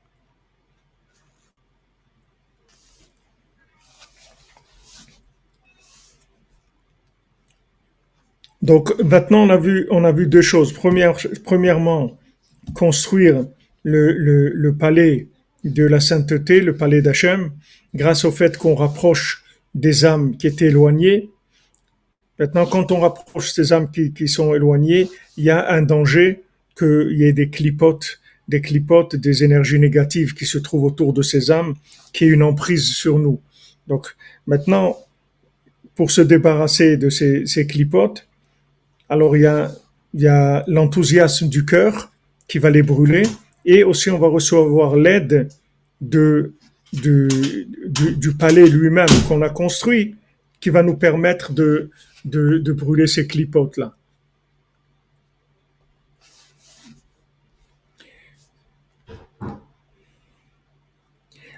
Donc maintenant, on a vu on a vu deux choses. Première, premièrement, construire le, le, le palais de la sainteté, le palais d'Hachem, grâce au fait qu'on rapproche des âmes qui étaient éloignées. Maintenant, quand on rapproche ces âmes qui, qui sont éloignées, il y a un danger qu'il y ait des clipotes, des clipotes, des énergies négatives qui se trouvent autour de ces âmes, qui aient une emprise sur nous. Donc, maintenant, pour se débarrasser de ces, ces clipotes, alors il y a, il y a l'enthousiasme du cœur qui va les brûler, et aussi on va recevoir l'aide de, de, du, du palais lui-même qu'on a construit, qui va nous permettre de, de, de brûler ces clipotes-là.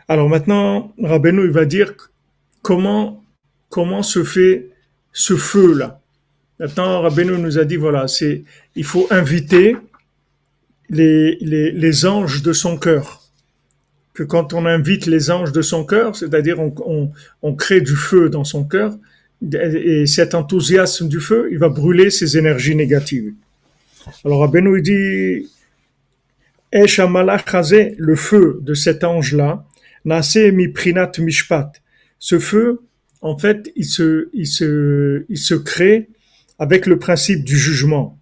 Alors maintenant, Rabbeinu, il va dire comment, comment se fait ce feu-là. Maintenant, Rabbeinu nous a dit, voilà, c'est, il faut inviter les, les, les anges de son cœur. Que quand on invite les anges de son cœur, c'est-à-dire on, on, on crée du feu dans son cœur, et cet enthousiasme du feu, il va brûler ces énergies négatives. Alors Rabbeinu dit, Esh hamalach hazeh, le feu de cet ange-là, naseh mi prinat mishpat. Ce feu, en fait, il se, il se, il se crée avec le principe du jugement.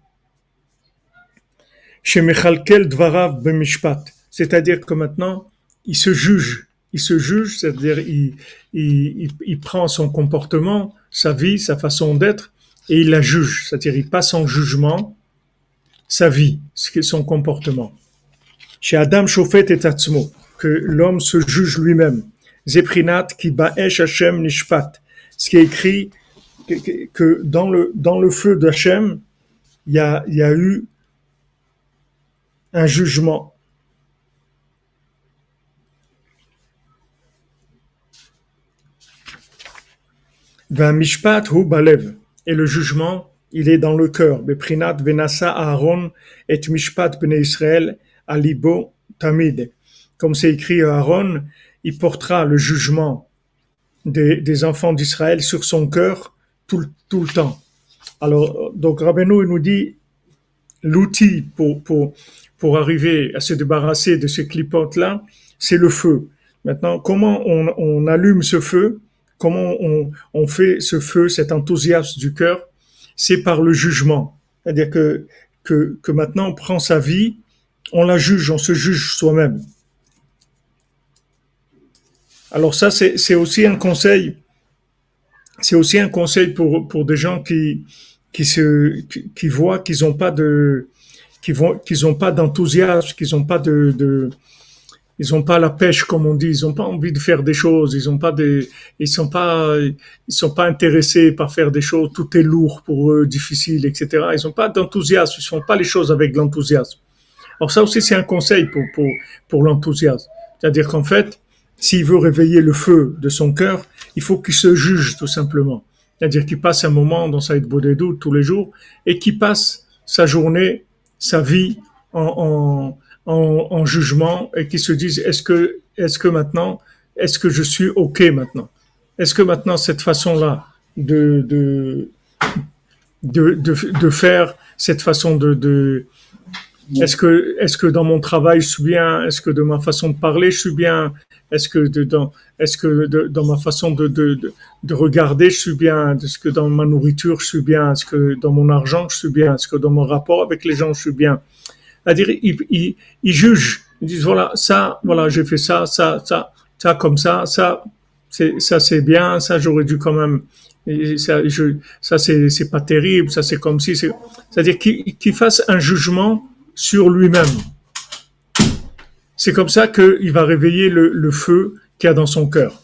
Shemechalkel dvarav b'mishpat. C'est-à-dire que maintenant, il se juge. Il se juge, c'est-à-dire il, il, il, il prend son comportement, sa vie, sa façon d'être, et il la juge. C'est-à-dire il passe en jugement sa vie, son comportement. Chez Adam Shofet et Tatzmo, que l'homme se juge lui-même. Zeprinat ki ba'esh Hashem nishpat. Ce qui est écrit que, que, que dans le dans le feu d'Hashem, il y a il y a eu un jugement. Va mishpat hu balev, et le jugement, il est dans le cœur. Beprinat venasa Aaron et mishpat bnei Israël alibo tamid. Comme c'est écrit à Aaron, il portera le jugement des, des enfants d'Israël sur son cœur tout, tout le temps. Alors, donc Rabbeinu nous dit l'outil pour, pour, pour arriver à se débarrasser de ces clipotes-là, c'est le feu. Maintenant, comment on, on allume ce feu? Comment on, on fait ce feu, cet enthousiasme du cœur? C'est par le jugement. C'est-à-dire que, que, que maintenant on prend sa vie, on la juge, on se juge soi-même. Alors ça, c'est, c'est aussi un conseil. C'est aussi un conseil pour, pour des gens qui, qui se, qui, qui voient qu'ils n'ont pas de, qui vont, qu'ils n'ont pas d'enthousiasme, qu'ils n'ont pas de, de, ils n'ont pas la pêche, comme on dit, ils n'ont pas envie de faire des choses, ils n'ont pas des, ils sont pas, ils sont pas intéressés par faire des choses, tout est lourd pour eux, difficile, et cetera. Ils n'ont pas d'enthousiasme, ils font pas les choses avec de l'enthousiasme. Alors ça aussi, c'est un conseil pour, pour, pour l'enthousiasme. C'est-à-dire qu'en fait, s'il veut réveiller le feu de son cœur, il faut qu'il se juge, tout simplement. C'est-à-dire qu'il passe un moment dans sa Bodédout tous les jours et qu'il passe sa journée, sa vie en, en, en, en jugement et qu'il se dise, est-ce que, est-ce que maintenant, est-ce que je suis OK maintenant? Est-ce que maintenant, cette façon-là de, de, de, de, de faire, cette façon de, de Est-ce que, est-ce que dans mon travail je suis bien? Est-ce que de ma façon de parler je suis bien? Est-ce que de, dans, est-ce que de, dans ma façon de, de, de, de regarder je suis bien? Est-ce que dans ma nourriture je suis bien? Est-ce que dans mon argent je suis bien? Est-ce que dans mon rapport avec les gens je suis bien? C'est-à-dire, ils, ils, ils jugent. Ils disent, voilà, ça, voilà, j'ai fait ça, ça, ça, ça comme ça, ça, c'est, ça c'est bien, ça j'aurais dû quand même, et ça, je, ça c'est, c'est pas terrible, ça c'est comme si, c'est, c'est-à-dire qu'ils, qu'ils fassent un jugement sur lui-même. C'est comme ça qu'il va réveiller le, le feu qu'il y a dans son cœur.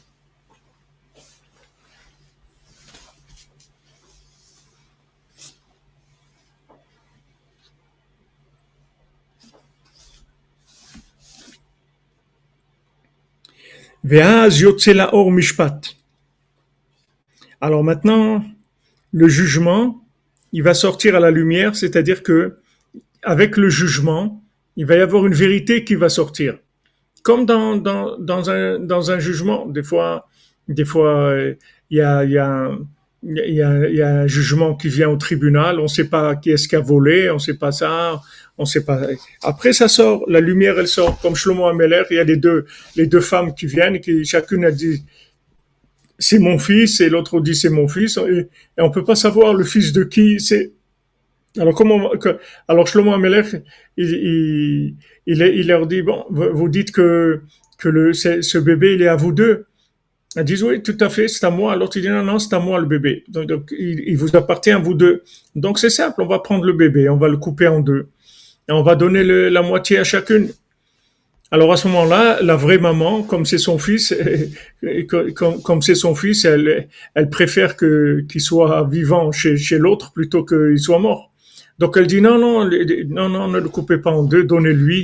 Ve'az yotze la'or mishpat. Alors maintenant, le jugement, il va sortir à la lumière, c'est-à-dire que avec le jugement, il va y avoir une vérité qui va sortir. Comme dans, dans, dans, un, dans un jugement, des fois, des fois, il y a, il y a, il y a, il y a un jugement qui vient au tribunal, on ne sait pas qui est-ce qui a volé, on ne sait pas ça, on sait pas. Après, ça sort, la lumière, elle sort. Comme Shlomo Ameler, il y a les deux, les deux femmes qui viennent, qui chacune a dit, c'est mon fils, et l'autre dit, c'est mon fils, et, et on peut pas savoir le fils de qui c'est. Alors, comment, alors Shlomo Amelech, il, il, il, il leur dit, bon, vous dites que, que le, ce bébé, il est à vous deux. Ils disent, oui, tout à fait, c'est à moi. L'autre, il dit, non, non, c'est à moi, le bébé. Donc, donc il, il vous appartient à vous deux. Donc, c'est simple, on va prendre le bébé, on va le couper en deux. Et on va donner le, la moitié à chacune. Alors, à ce moment-là, la vraie maman, comme c'est son fils, comme, comme c'est son fils, elle, elle préfère que, qu'il soit vivant chez, chez l'autre plutôt qu'il soit mort. Donc elle dit non, non, non, non, ne le coupez pas en deux, donnez-lui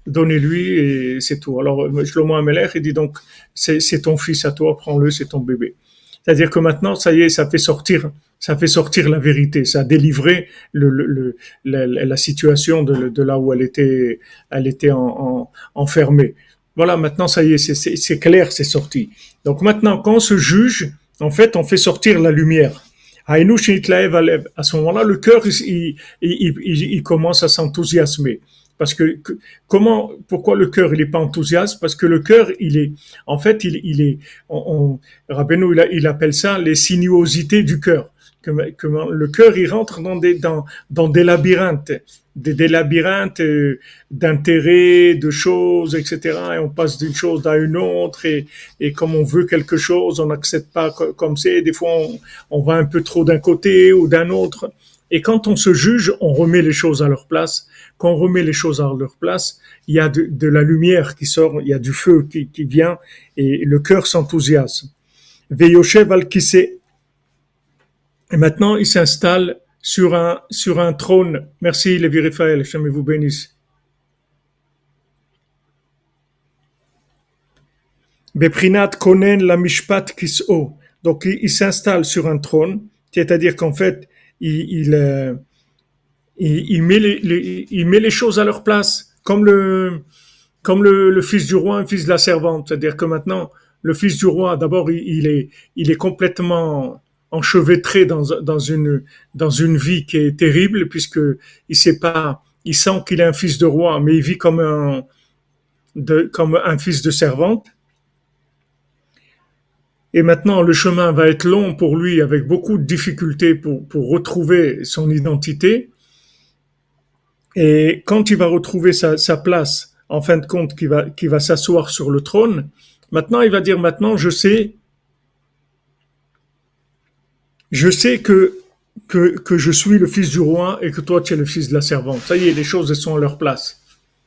donnez-lui et c'est tout. Alors Shlomo Amelech, il dit donc, c'est, c'est ton fils à toi, prends-le, c'est ton bébé. C'est-à-dire que maintenant, ça y est, ça fait sortir, ça fait sortir la vérité, ça a délivré le, le, le, la, la situation de, de là où elle était, elle était en, en, enfermée. Voilà, maintenant, ça y est, c'est, c'est, c'est clair, c'est sorti. Donc maintenant, quand on se juge, en fait, on fait sortir la lumière. À ce moment-là, le cœur, il, il, il, il commence à s'enthousiasmer. Parce que, que comment, pourquoi le cœur il est pas enthousiaste? Parce que le cœur il est, en fait, il, il est, on, on Rabbeinu il, il appelle ça les sinuosités du cœur. Que, que le cœur il rentre dans des dans dans des labyrinthes, des, des labyrinthes euh, d'intérêts, de choses, et cetera. Et on passe d'une chose à une autre et et comme on veut quelque chose, on n'accepte pas comme c'est. Des fois, on, on va un peu trop d'un côté ou d'un autre. Et quand on se juge, on remet les choses à leur place. Quand on remet les choses à leur place, il y a de, de la lumière qui sort, il y a du feu qui, qui vient et le cœur s'enthousiasme. Veyoshev al-Kissé. Et maintenant, il s'installe sur un, sur un trône. Merci, Lévi Raphaël, jamais vous bénisse. Beprinat konen la mishpat kis'o. Donc, il, il s'installe sur un trône, c'est-à-dire qu'en fait, il, il, euh, il, il, met les, les, il met les choses à leur place, comme le, comme le, le fils du roi, un fils de la servante. C'est-à-dire que maintenant, le fils du roi, d'abord, il, il est, il est complètement enchevêtré dans, dans une, dans une vie qui est terrible, puisque il sait pas, il sent qu'il est un fils de roi, mais il vit comme un, de, comme un fils de servante. Et maintenant, le chemin va être long pour lui, avec beaucoup de difficultés pour, pour retrouver son identité. Et quand il va retrouver sa, sa place, en fin de compte, qui va, qui va s'asseoir sur le trône, maintenant, il va dire, maintenant, je sais, je sais que, que, que je suis le fils du roi et que toi, tu es le fils de la servante. Ça y est, les choses, elles sont à leur place.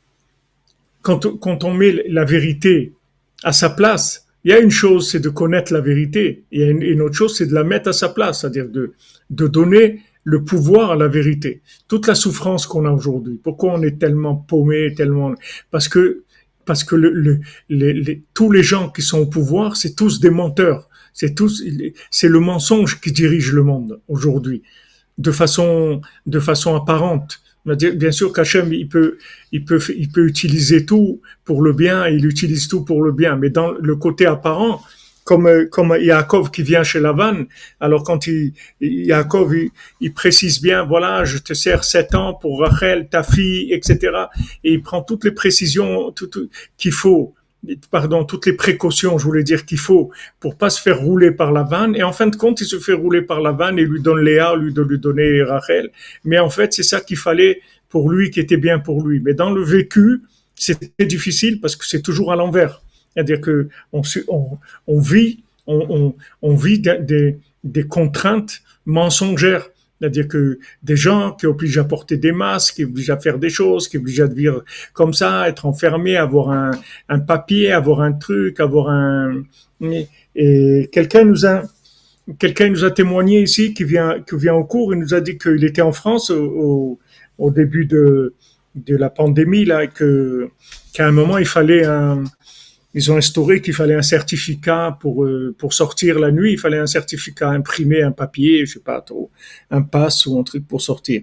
Quand, quand on met la vérité à sa place, il y a une chose, c'est de connaître la vérité. Il y a une, une autre chose, c'est de la mettre à sa place, c'est-à-dire de, de donner le pouvoir à la vérité. Toute la souffrance qu'on a aujourd'hui. Pourquoi on est tellement paumé, tellement, parce que, parce que le, le, les, les, tous les gens qui sont au pouvoir, c'est tous des menteurs. C'est tous, c'est le mensonge qui dirige le monde aujourd'hui. De façon, de façon apparente. Bien sûr qu'Hachem, il peut, il peut, il peut utiliser tout pour le bien, il utilise tout pour le bien, mais dans le côté apparent, comme, comme Yaakov qui vient chez Lavan, alors quand il, Yaakov, il, il précise bien, voilà, je te sers sept ans pour Rachel, ta fille, et cetera. Et il prend toutes les précisions tout, tout, qu'il faut, pardon, toutes les précautions, je voulais dire qu'il faut pour pas se faire rouler par la vanne. Et en fin de compte, il se fait rouler par la vanne et lui donne Léa, lui de lui donner Rachel. Mais en fait, c'est ça qu'il fallait pour lui, qui était bien pour lui. Mais dans le vécu, c'est difficile parce que c'est toujours à l'envers. C'est-à-dire que on, on, on vit, on, on, on vit des, des contraintes mensongères. C'est-à-dire que des gens qui obligent à porter des masques, qui obligent à faire des choses, qui obligent à vivre comme ça, être enfermés, avoir un, un papier, avoir un truc, avoir un... Et quelqu'un nous a, quelqu'un nous a témoigné ici, qui vient, qui vient au cours, il nous a dit qu'il était en France au, au début de, de la pandémie, là, que, qu'à un moment, il fallait un... Ils ont instauré qu'il fallait un certificat pour euh, pour sortir la nuit. Il fallait un certificat imprimé, un papier, je sais pas trop, un pass ou un truc pour sortir.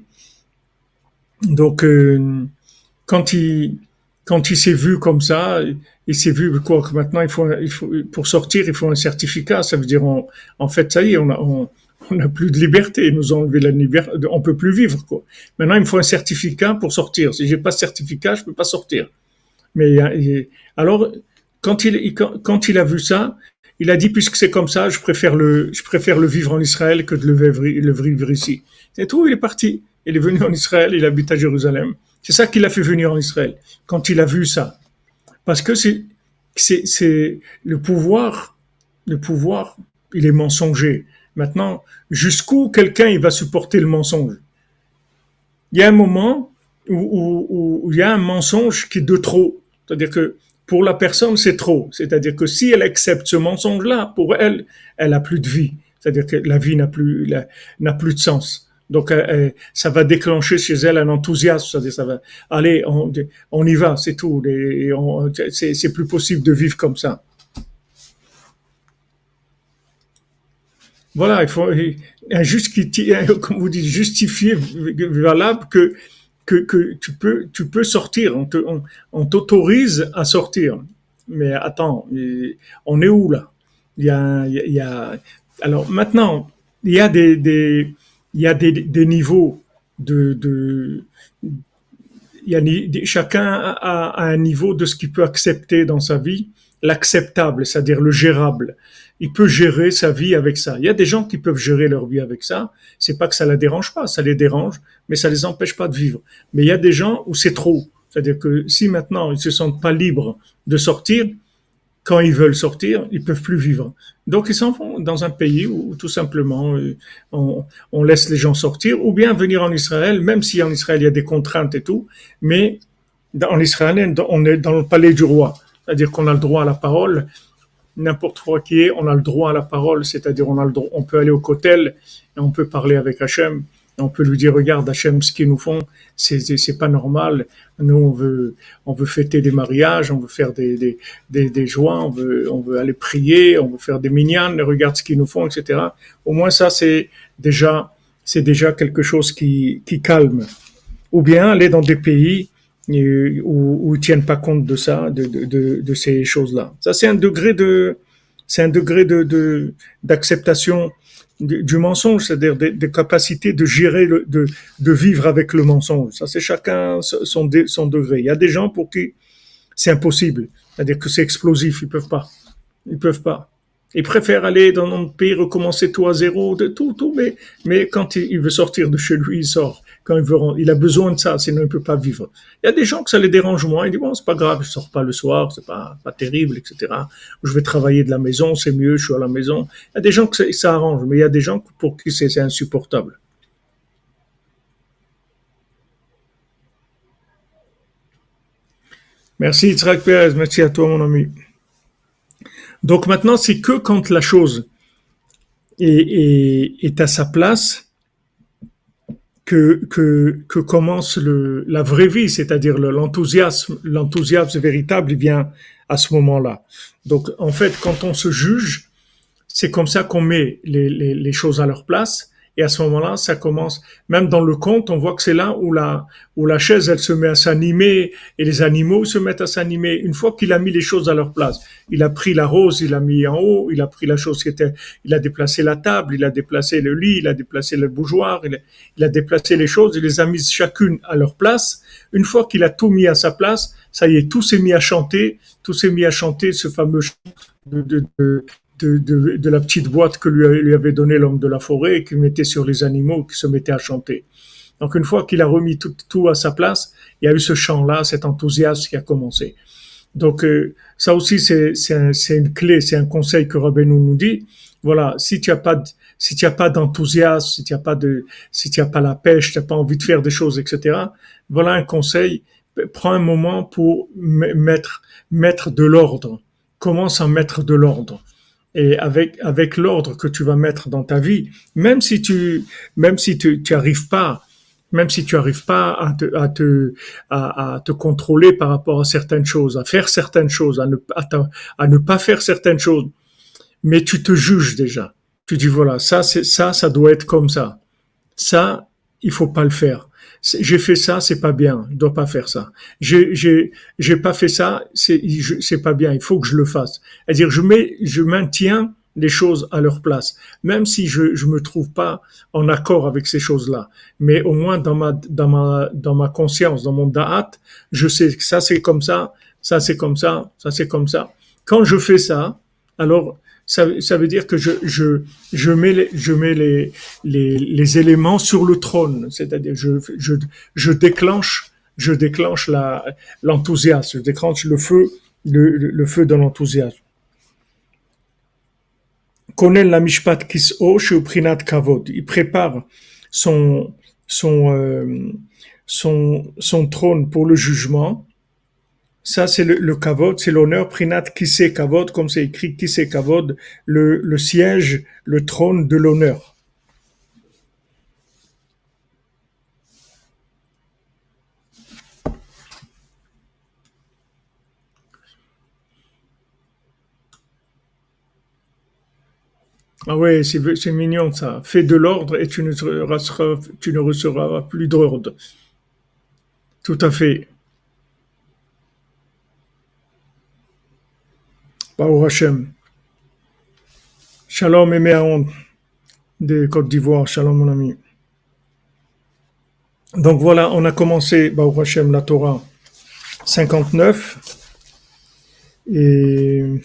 Donc euh, quand il quand il s'est vu comme ça, il s'est vu quoi que maintenant il faut il faut pour sortir il faut un certificat. Ça veut dire on, en fait ça y est on a on, on n'a plus de liberté. Ils nous ont enlevé la liberté. On peut plus vivre quoi. Maintenant il me faut un certificat pour sortir. Si j'ai pas de certificat, je peux pas sortir. Mais alors Quand il, quand il a vu ça, il a dit, puisque c'est comme ça, je préfère le, je préfère le vivre en Israël que de le vivre, le vivre ici. C'est tout, il est parti. Il est venu en Israël, il habite à Jérusalem. C'est ça qui l'a fait venir en Israël, quand il a vu ça. Parce que c'est, c'est, c'est le pouvoir, le pouvoir, il est mensonger. Maintenant, jusqu'où quelqu'un, il va supporter le mensonge? Il y a un moment où, où, où il y a un mensonge qui est de trop. C'est-à-dire que, pour la personne, c'est trop. C'est-à-dire que si elle accepte ce mensonge-là, pour elle, elle a plus de vie. C'est-à-dire que la vie n'a plus, la, n'a plus de sens. Donc, euh, euh, ça va déclencher chez elle un enthousiasme. C'est-à-dire, ça va, allez, on, on y va, c'est tout. Les- on- c'est, c'est plus possible de vivre comme ça. Voilà, il faut un justifié, comme vous dites, justifié, valable que, que, que tu peux, tu peux sortir. On te, on, on t'autorise à sortir. Mais attends, on est où là? Il y a, il y a, alors maintenant, il y a des, des il y a des, des niveaux de, de, il y a ni- chacun a, a un niveau de ce qu'il peut accepter dans sa vie, l'acceptable, c'est-à-dire le gérable. Il peut gérer sa vie avec ça. Il y a des gens qui peuvent gérer leur vie avec ça. C'est pas que ça la dérange pas, ça les dérange, mais ça les empêche pas de vivre. Mais il y a des gens où c'est trop. C'est-à-dire que si maintenant ils se sentent pas libres de sortir, quand ils veulent sortir, ils peuvent plus vivre. Donc ils s'en vont dans un pays où tout simplement euh, on, on laisse les gens sortir, ou bien venir en Israël, même si en Israël il y a des contraintes et tout, mais en Israël on est dans le palais du roi, c'est-à-dire qu'on a le droit à la parole, n'importe quoi qui est, on a le droit à la parole, c'est-à-dire on a le droit, on peut aller au kotel et on peut parler avec Hachem. On peut lui dire, regarde Hachem, ce qu'ils nous font, c'est, c'est, c'est pas normal. Nous, on veut, on veut fêter des mariages, on veut faire des, des, des, des joies, on veut, on veut aller prier, on veut faire des minyanes, regarde ce qu'ils nous font, et cetera. Au moins, ça, c'est déjà, c'est déjà quelque chose qui, qui calme. Ou bien aller dans des pays euh, où, où ils tiennent pas compte de ça, de, de, de, de ces choses-là. Ça, c'est un degré de, c'est un degré de, de, d'acceptation du, du mensonge, c'est-à-dire des, des capacités de gérer, le, de, de vivre avec le mensonge. Ça, c'est chacun son, dé, son degré. Il y a des gens pour qui c'est impossible, c'est-à-dire que c'est explosif, ils peuvent pas, ils peuvent pas. Ils préfèrent aller dans notre pays, recommencer tout à zéro, de tout, tout, mais, mais quand il, il veut sortir de chez lui, il sort. Quand il veut, il a besoin de ça, sinon il peut pas vivre. Il y a des gens que ça les dérange moins. Ils disent bon, c'est pas grave, je sors pas le soir, c'est pas, pas terrible, et cetera. Je vais travailler de la maison, c'est mieux, je suis à la maison. Il y a des gens que ça, ça arrange, mais il y a des gens pour qui c'est, c'est insupportable. Merci, Yitzhak Perez, merci à toi, mon ami. Donc maintenant, c'est que quand la chose est, est, est à sa place, que, que, que commence le, la vraie vie, c'est-à-dire le, l'enthousiasme, l'enthousiasme véritable, il vient à ce moment-là. Donc, en fait, quand on se juge, c'est comme ça qu'on met les, les, les choses à leur place. Et à ce moment-là, ça commence, même dans le conte, on voit que c'est là où la, où la chaise, elle se met à s'animer et les animaux se mettent à s'animer. Une fois qu'il a mis les choses à leur place, il a pris la rose, il a mis en haut, il a pris la chose qui était, il a déplacé la table, il a déplacé le lit, il a déplacé le bougeoir, il a, il a déplacé les choses, il les a mises chacune à leur place. Une fois qu'il a tout mis à sa place, ça y est, tout s'est mis à chanter, tout s'est mis à chanter ce fameux chant de, de, de de, de, de la petite boîte que lui, lui avait donné l'homme de la forêt et qu'il mettait sur les animaux qui se mettaient à chanter. Donc une fois qu'il a remis tout, tout à sa place, il y a eu ce chant-là, cet enthousiasme qui a commencé. Donc euh, ça aussi c'est, c'est, un, c'est une clé, c'est un conseil que Rabbeinu nous dit. Voilà, si tu as pas de, si tu as pas d'enthousiasme, si tu as pas de, si tu as pas la pêche, tu n'as pas envie de faire des choses, et cetera. Voilà un conseil. Prends un moment pour mettre mettre de l'ordre. Commence à mettre de l'ordre. Et avec avec l'ordre que tu vas mettre dans ta vie, même si tu même si tu tu arrives pas, même si tu arrives pas à te à te à, à te contrôler par rapport à certaines choses, à faire certaines choses, à ne à, ta, à ne pas faire certaines choses, mais tu te juges déjà. Tu dis voilà, ça c'est ça ça doit être comme ça. Ça, il faut pas le faire. J'ai fait ça, c'est pas bien. Je dois pas faire ça. J'ai, j'ai, j'ai pas fait ça, c'est, je- c'est pas bien. Il faut que je le fasse. C'est-à-dire, je mets, je maintiens les choses à leur place, même si je, je me trouve pas en accord avec ces choses-là. Mais au moins dans ma, dans ma, dans ma conscience, dans mon da'at, je sais que ça c'est comme ça, ça c'est comme ça, ça c'est comme ça. Quand je fais ça, alors ça, ça veut dire que je, je, je mets, les, je mets les, les, les éléments sur le trône, c'est-à-dire je, je, je déclenche, je déclenche la, l'enthousiasme, je déclenche le feu, le, le, le feu de l'enthousiasme. Connaît la mishpat kis'o chez Prinat Kavod. Il prépare son, son, euh, son, son trône pour le jugement. Ça, c'est le, le kavod, c'est l'honneur, prinat kissé kavod, comme c'est écrit kissé kavod, le, le siège, le trône de l'honneur. Ah ouais, c'est c'est mignon ça. Fais de l'ordre et tu ne seras, tu ne recevras plus d'ordre. Tout à fait. Baruch Hashem. Shalom et Méaon de Côte d'Ivoire. Shalom mon ami. Donc voilà, on a commencé Baruch Hashem la Torah cinquante-neuf et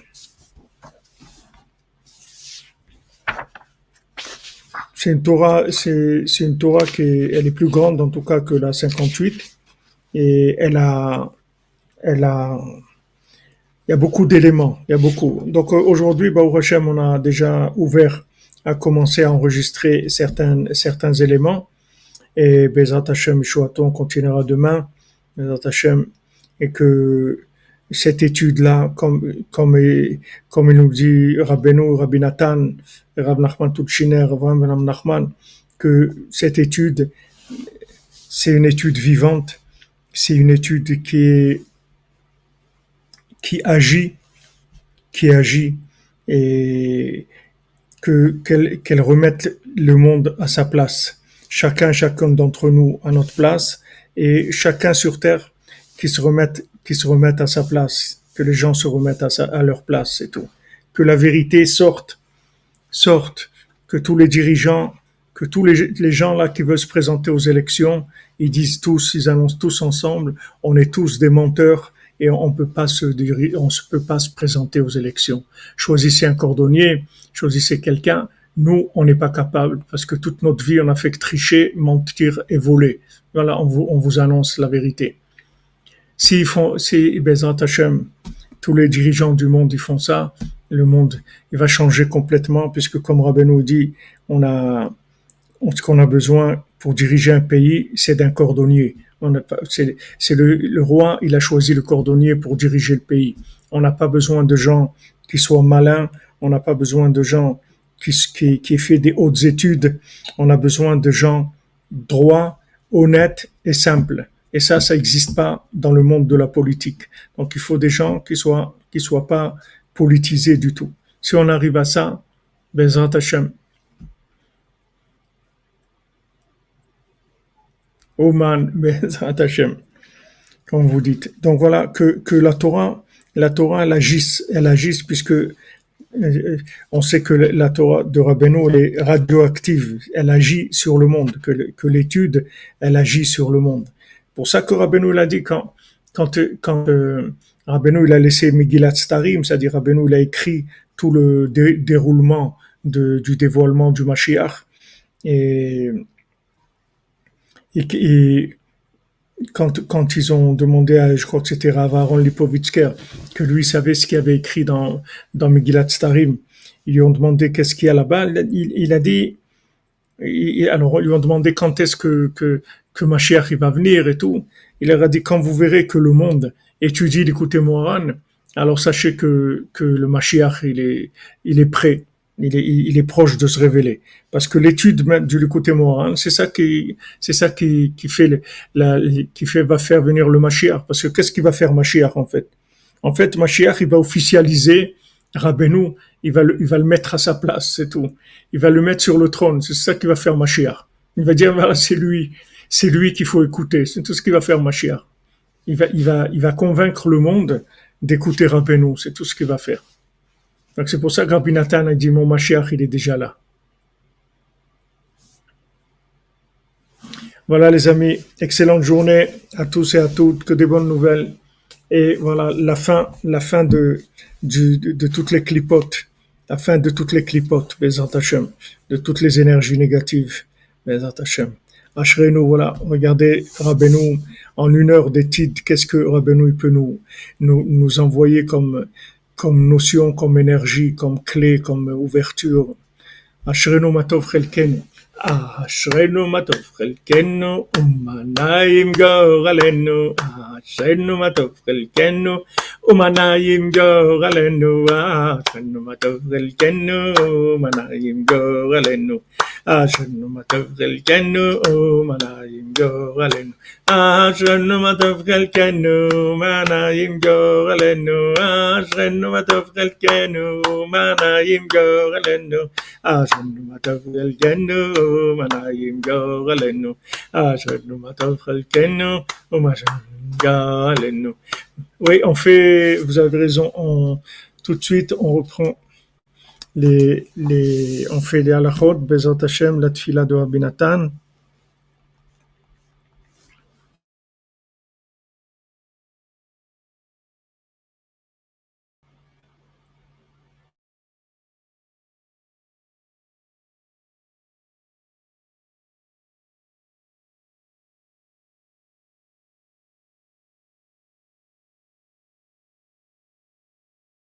c'est une Torah, c'est, c'est une Torah qui est, elle est plus grande en tout cas que la cinquante-huit et elle a, elle a, il y a beaucoup d'éléments, il y a beaucoup. Donc euh, aujourd'hui, Baruch Hashem, on a déjà ouvert à commencer à enregistrer certains, certains éléments et Bezrat Hashem, Yeshuaton continuera demain, Bezrat Hashem, et que cette étude-là, comme, comme, comme il nous dit Rabbeinu, Rabbi Nathan, Rav Nachman Tutchiner, Rav Nachman, que cette étude, c'est une étude vivante, c'est une étude qui est, qui agit, qui agit, et que, qu'elle, qu'elle remette le monde à sa place. Chacun, chacun d'entre nous à notre place, et chacun sur terre qui se remette, qui se remette à sa place, que les gens se remettent à, sa, à leur place, c'est tout. Que la vérité sorte, sorte, que tous les dirigeants, que tous les, les gens là qui veulent se présenter aux élections, ils disent tous, ils annoncent tous ensemble, on est tous des menteurs et on ne peut pas se diri- on se peut pas se présenter aux élections. Choisissez un cordonnier, choisissez quelqu'un. Nous, on n'est pas capable parce que toute notre vie, on a fait que tricher, mentir et voler. Voilà, on vous, on vous annonce la vérité. S'ils font, si Bezrat Hashem, tous les dirigeants du monde, ils font ça, le monde, il va changer complètement puisque comme Rabbeinu dit, on a, ce qu'on a besoin pour diriger un pays, c'est d'un cordonnier. On a pas, c'est, c'est le, le roi, il a choisi le cordonnier pour diriger le pays. On n'a pas besoin de gens qui soient malins, on n'a pas besoin de gens qui, qui, qui aient fait des hautes études, on a besoin de gens droits, honnêtes et simples. Et ça, ça n'existe pas dans le monde de la politique. Donc il faut des gens qui soient, qui soient pas politisés du tout. Si on arrive à ça, Bezrat Hashem. Oman, Bezrat Hashem, comme vous dites. Donc voilà, que, que la Torah, la Torah, elle agisse, elle agisse puisque euh, on sait que la Torah de Rabbeinu, elle est radioactive, elle agit sur le monde, que, que l'étude, elle agit sur le monde. Pour ça que Rabbeinu l'a dit quand, quand, quand euh, Rabbeinu il a laissé Megillat Starim, c'est-à-dire Rabbeinu il a écrit tout le dé, déroulement de, du dévoilement du Mashiach et, et, et quand, quand ils ont demandé à, je crois que c'était Rav Aaron Lipovitzker, que lui savait ce qu'il avait écrit dans, dans Megillat Starim, ils lui ont demandé qu'est-ce qu'il y a là-bas, il, il a dit, il, alors ils lui ont demandé quand est-ce que, que, que Mashiach il va venir et tout, il leur a dit quand vous verrez que le monde étudie l'écouté Moharan, alors sachez que, que le Mashiach il est, il est prêt. Il est, il est proche de se révéler. Parce que l'étude même du côté moral, c'est ça qui, c'est ça qui, qui fait, la, qui fait, va faire venir le Mashiach. Parce que qu'est-ce qu'il va faire Mashiach, en fait? En fait, Mashiach, il va officialiser Rabbeinu, il va le, il va le mettre à sa place, c'est tout. Il va le mettre sur le trône, c'est ça qu'il va faire Mashiach. Il va dire, voilà, c'est lui, c'est lui qu'il faut écouter, c'est tout ce qu'il va faire Mashiach. Il va, il va, il va convaincre le monde d'écouter Rabbeinu, c'est tout ce qu'il va faire. Donc c'est pour ça que Rabbi Nathan a dit mon Mashiach il est déjà là. Voilà les amis, excellente journée à tous et à toutes, que des bonnes nouvelles. Et voilà la fin, la fin de, du, de, de toutes les clipotes, la fin de toutes les clipotes, Bezrat Hashem, de toutes les énergies négatives, Bezrat Hashem. Ashrenu, voilà, regardez Rabbeinu en une heure d'étude, qu'est-ce que Rabbeinu peut nous, nous, nous envoyer comme comme notion, comme énergie, comme clé, comme ouverture. Ashrenu matov chelkenu. Ashrenu matov chelkenu. Umanayim goralenu. Ashrenu matov chelkenu. Umanayim goralenu. Ashrenu matov chelkenu. Umanayim goralenu. אשרנו מה טוב חלקנו ומה נעים גורלנו. אשרנו מה טוב חלקנו מה נעים גורלנו. אשרנו מה טוב חלקנו מה נעים גורלנו. אשרנו מה טוב חלקנו מה נעים גורלנו. אשרנו מה טוב חלקנו ומה נעים גורלנו. Oui, on fait, vous avez raison, on, tout de suite on reprend les, les, on fait les halachot, Bezrat Hashem, la tfila de Rabbi Nathan.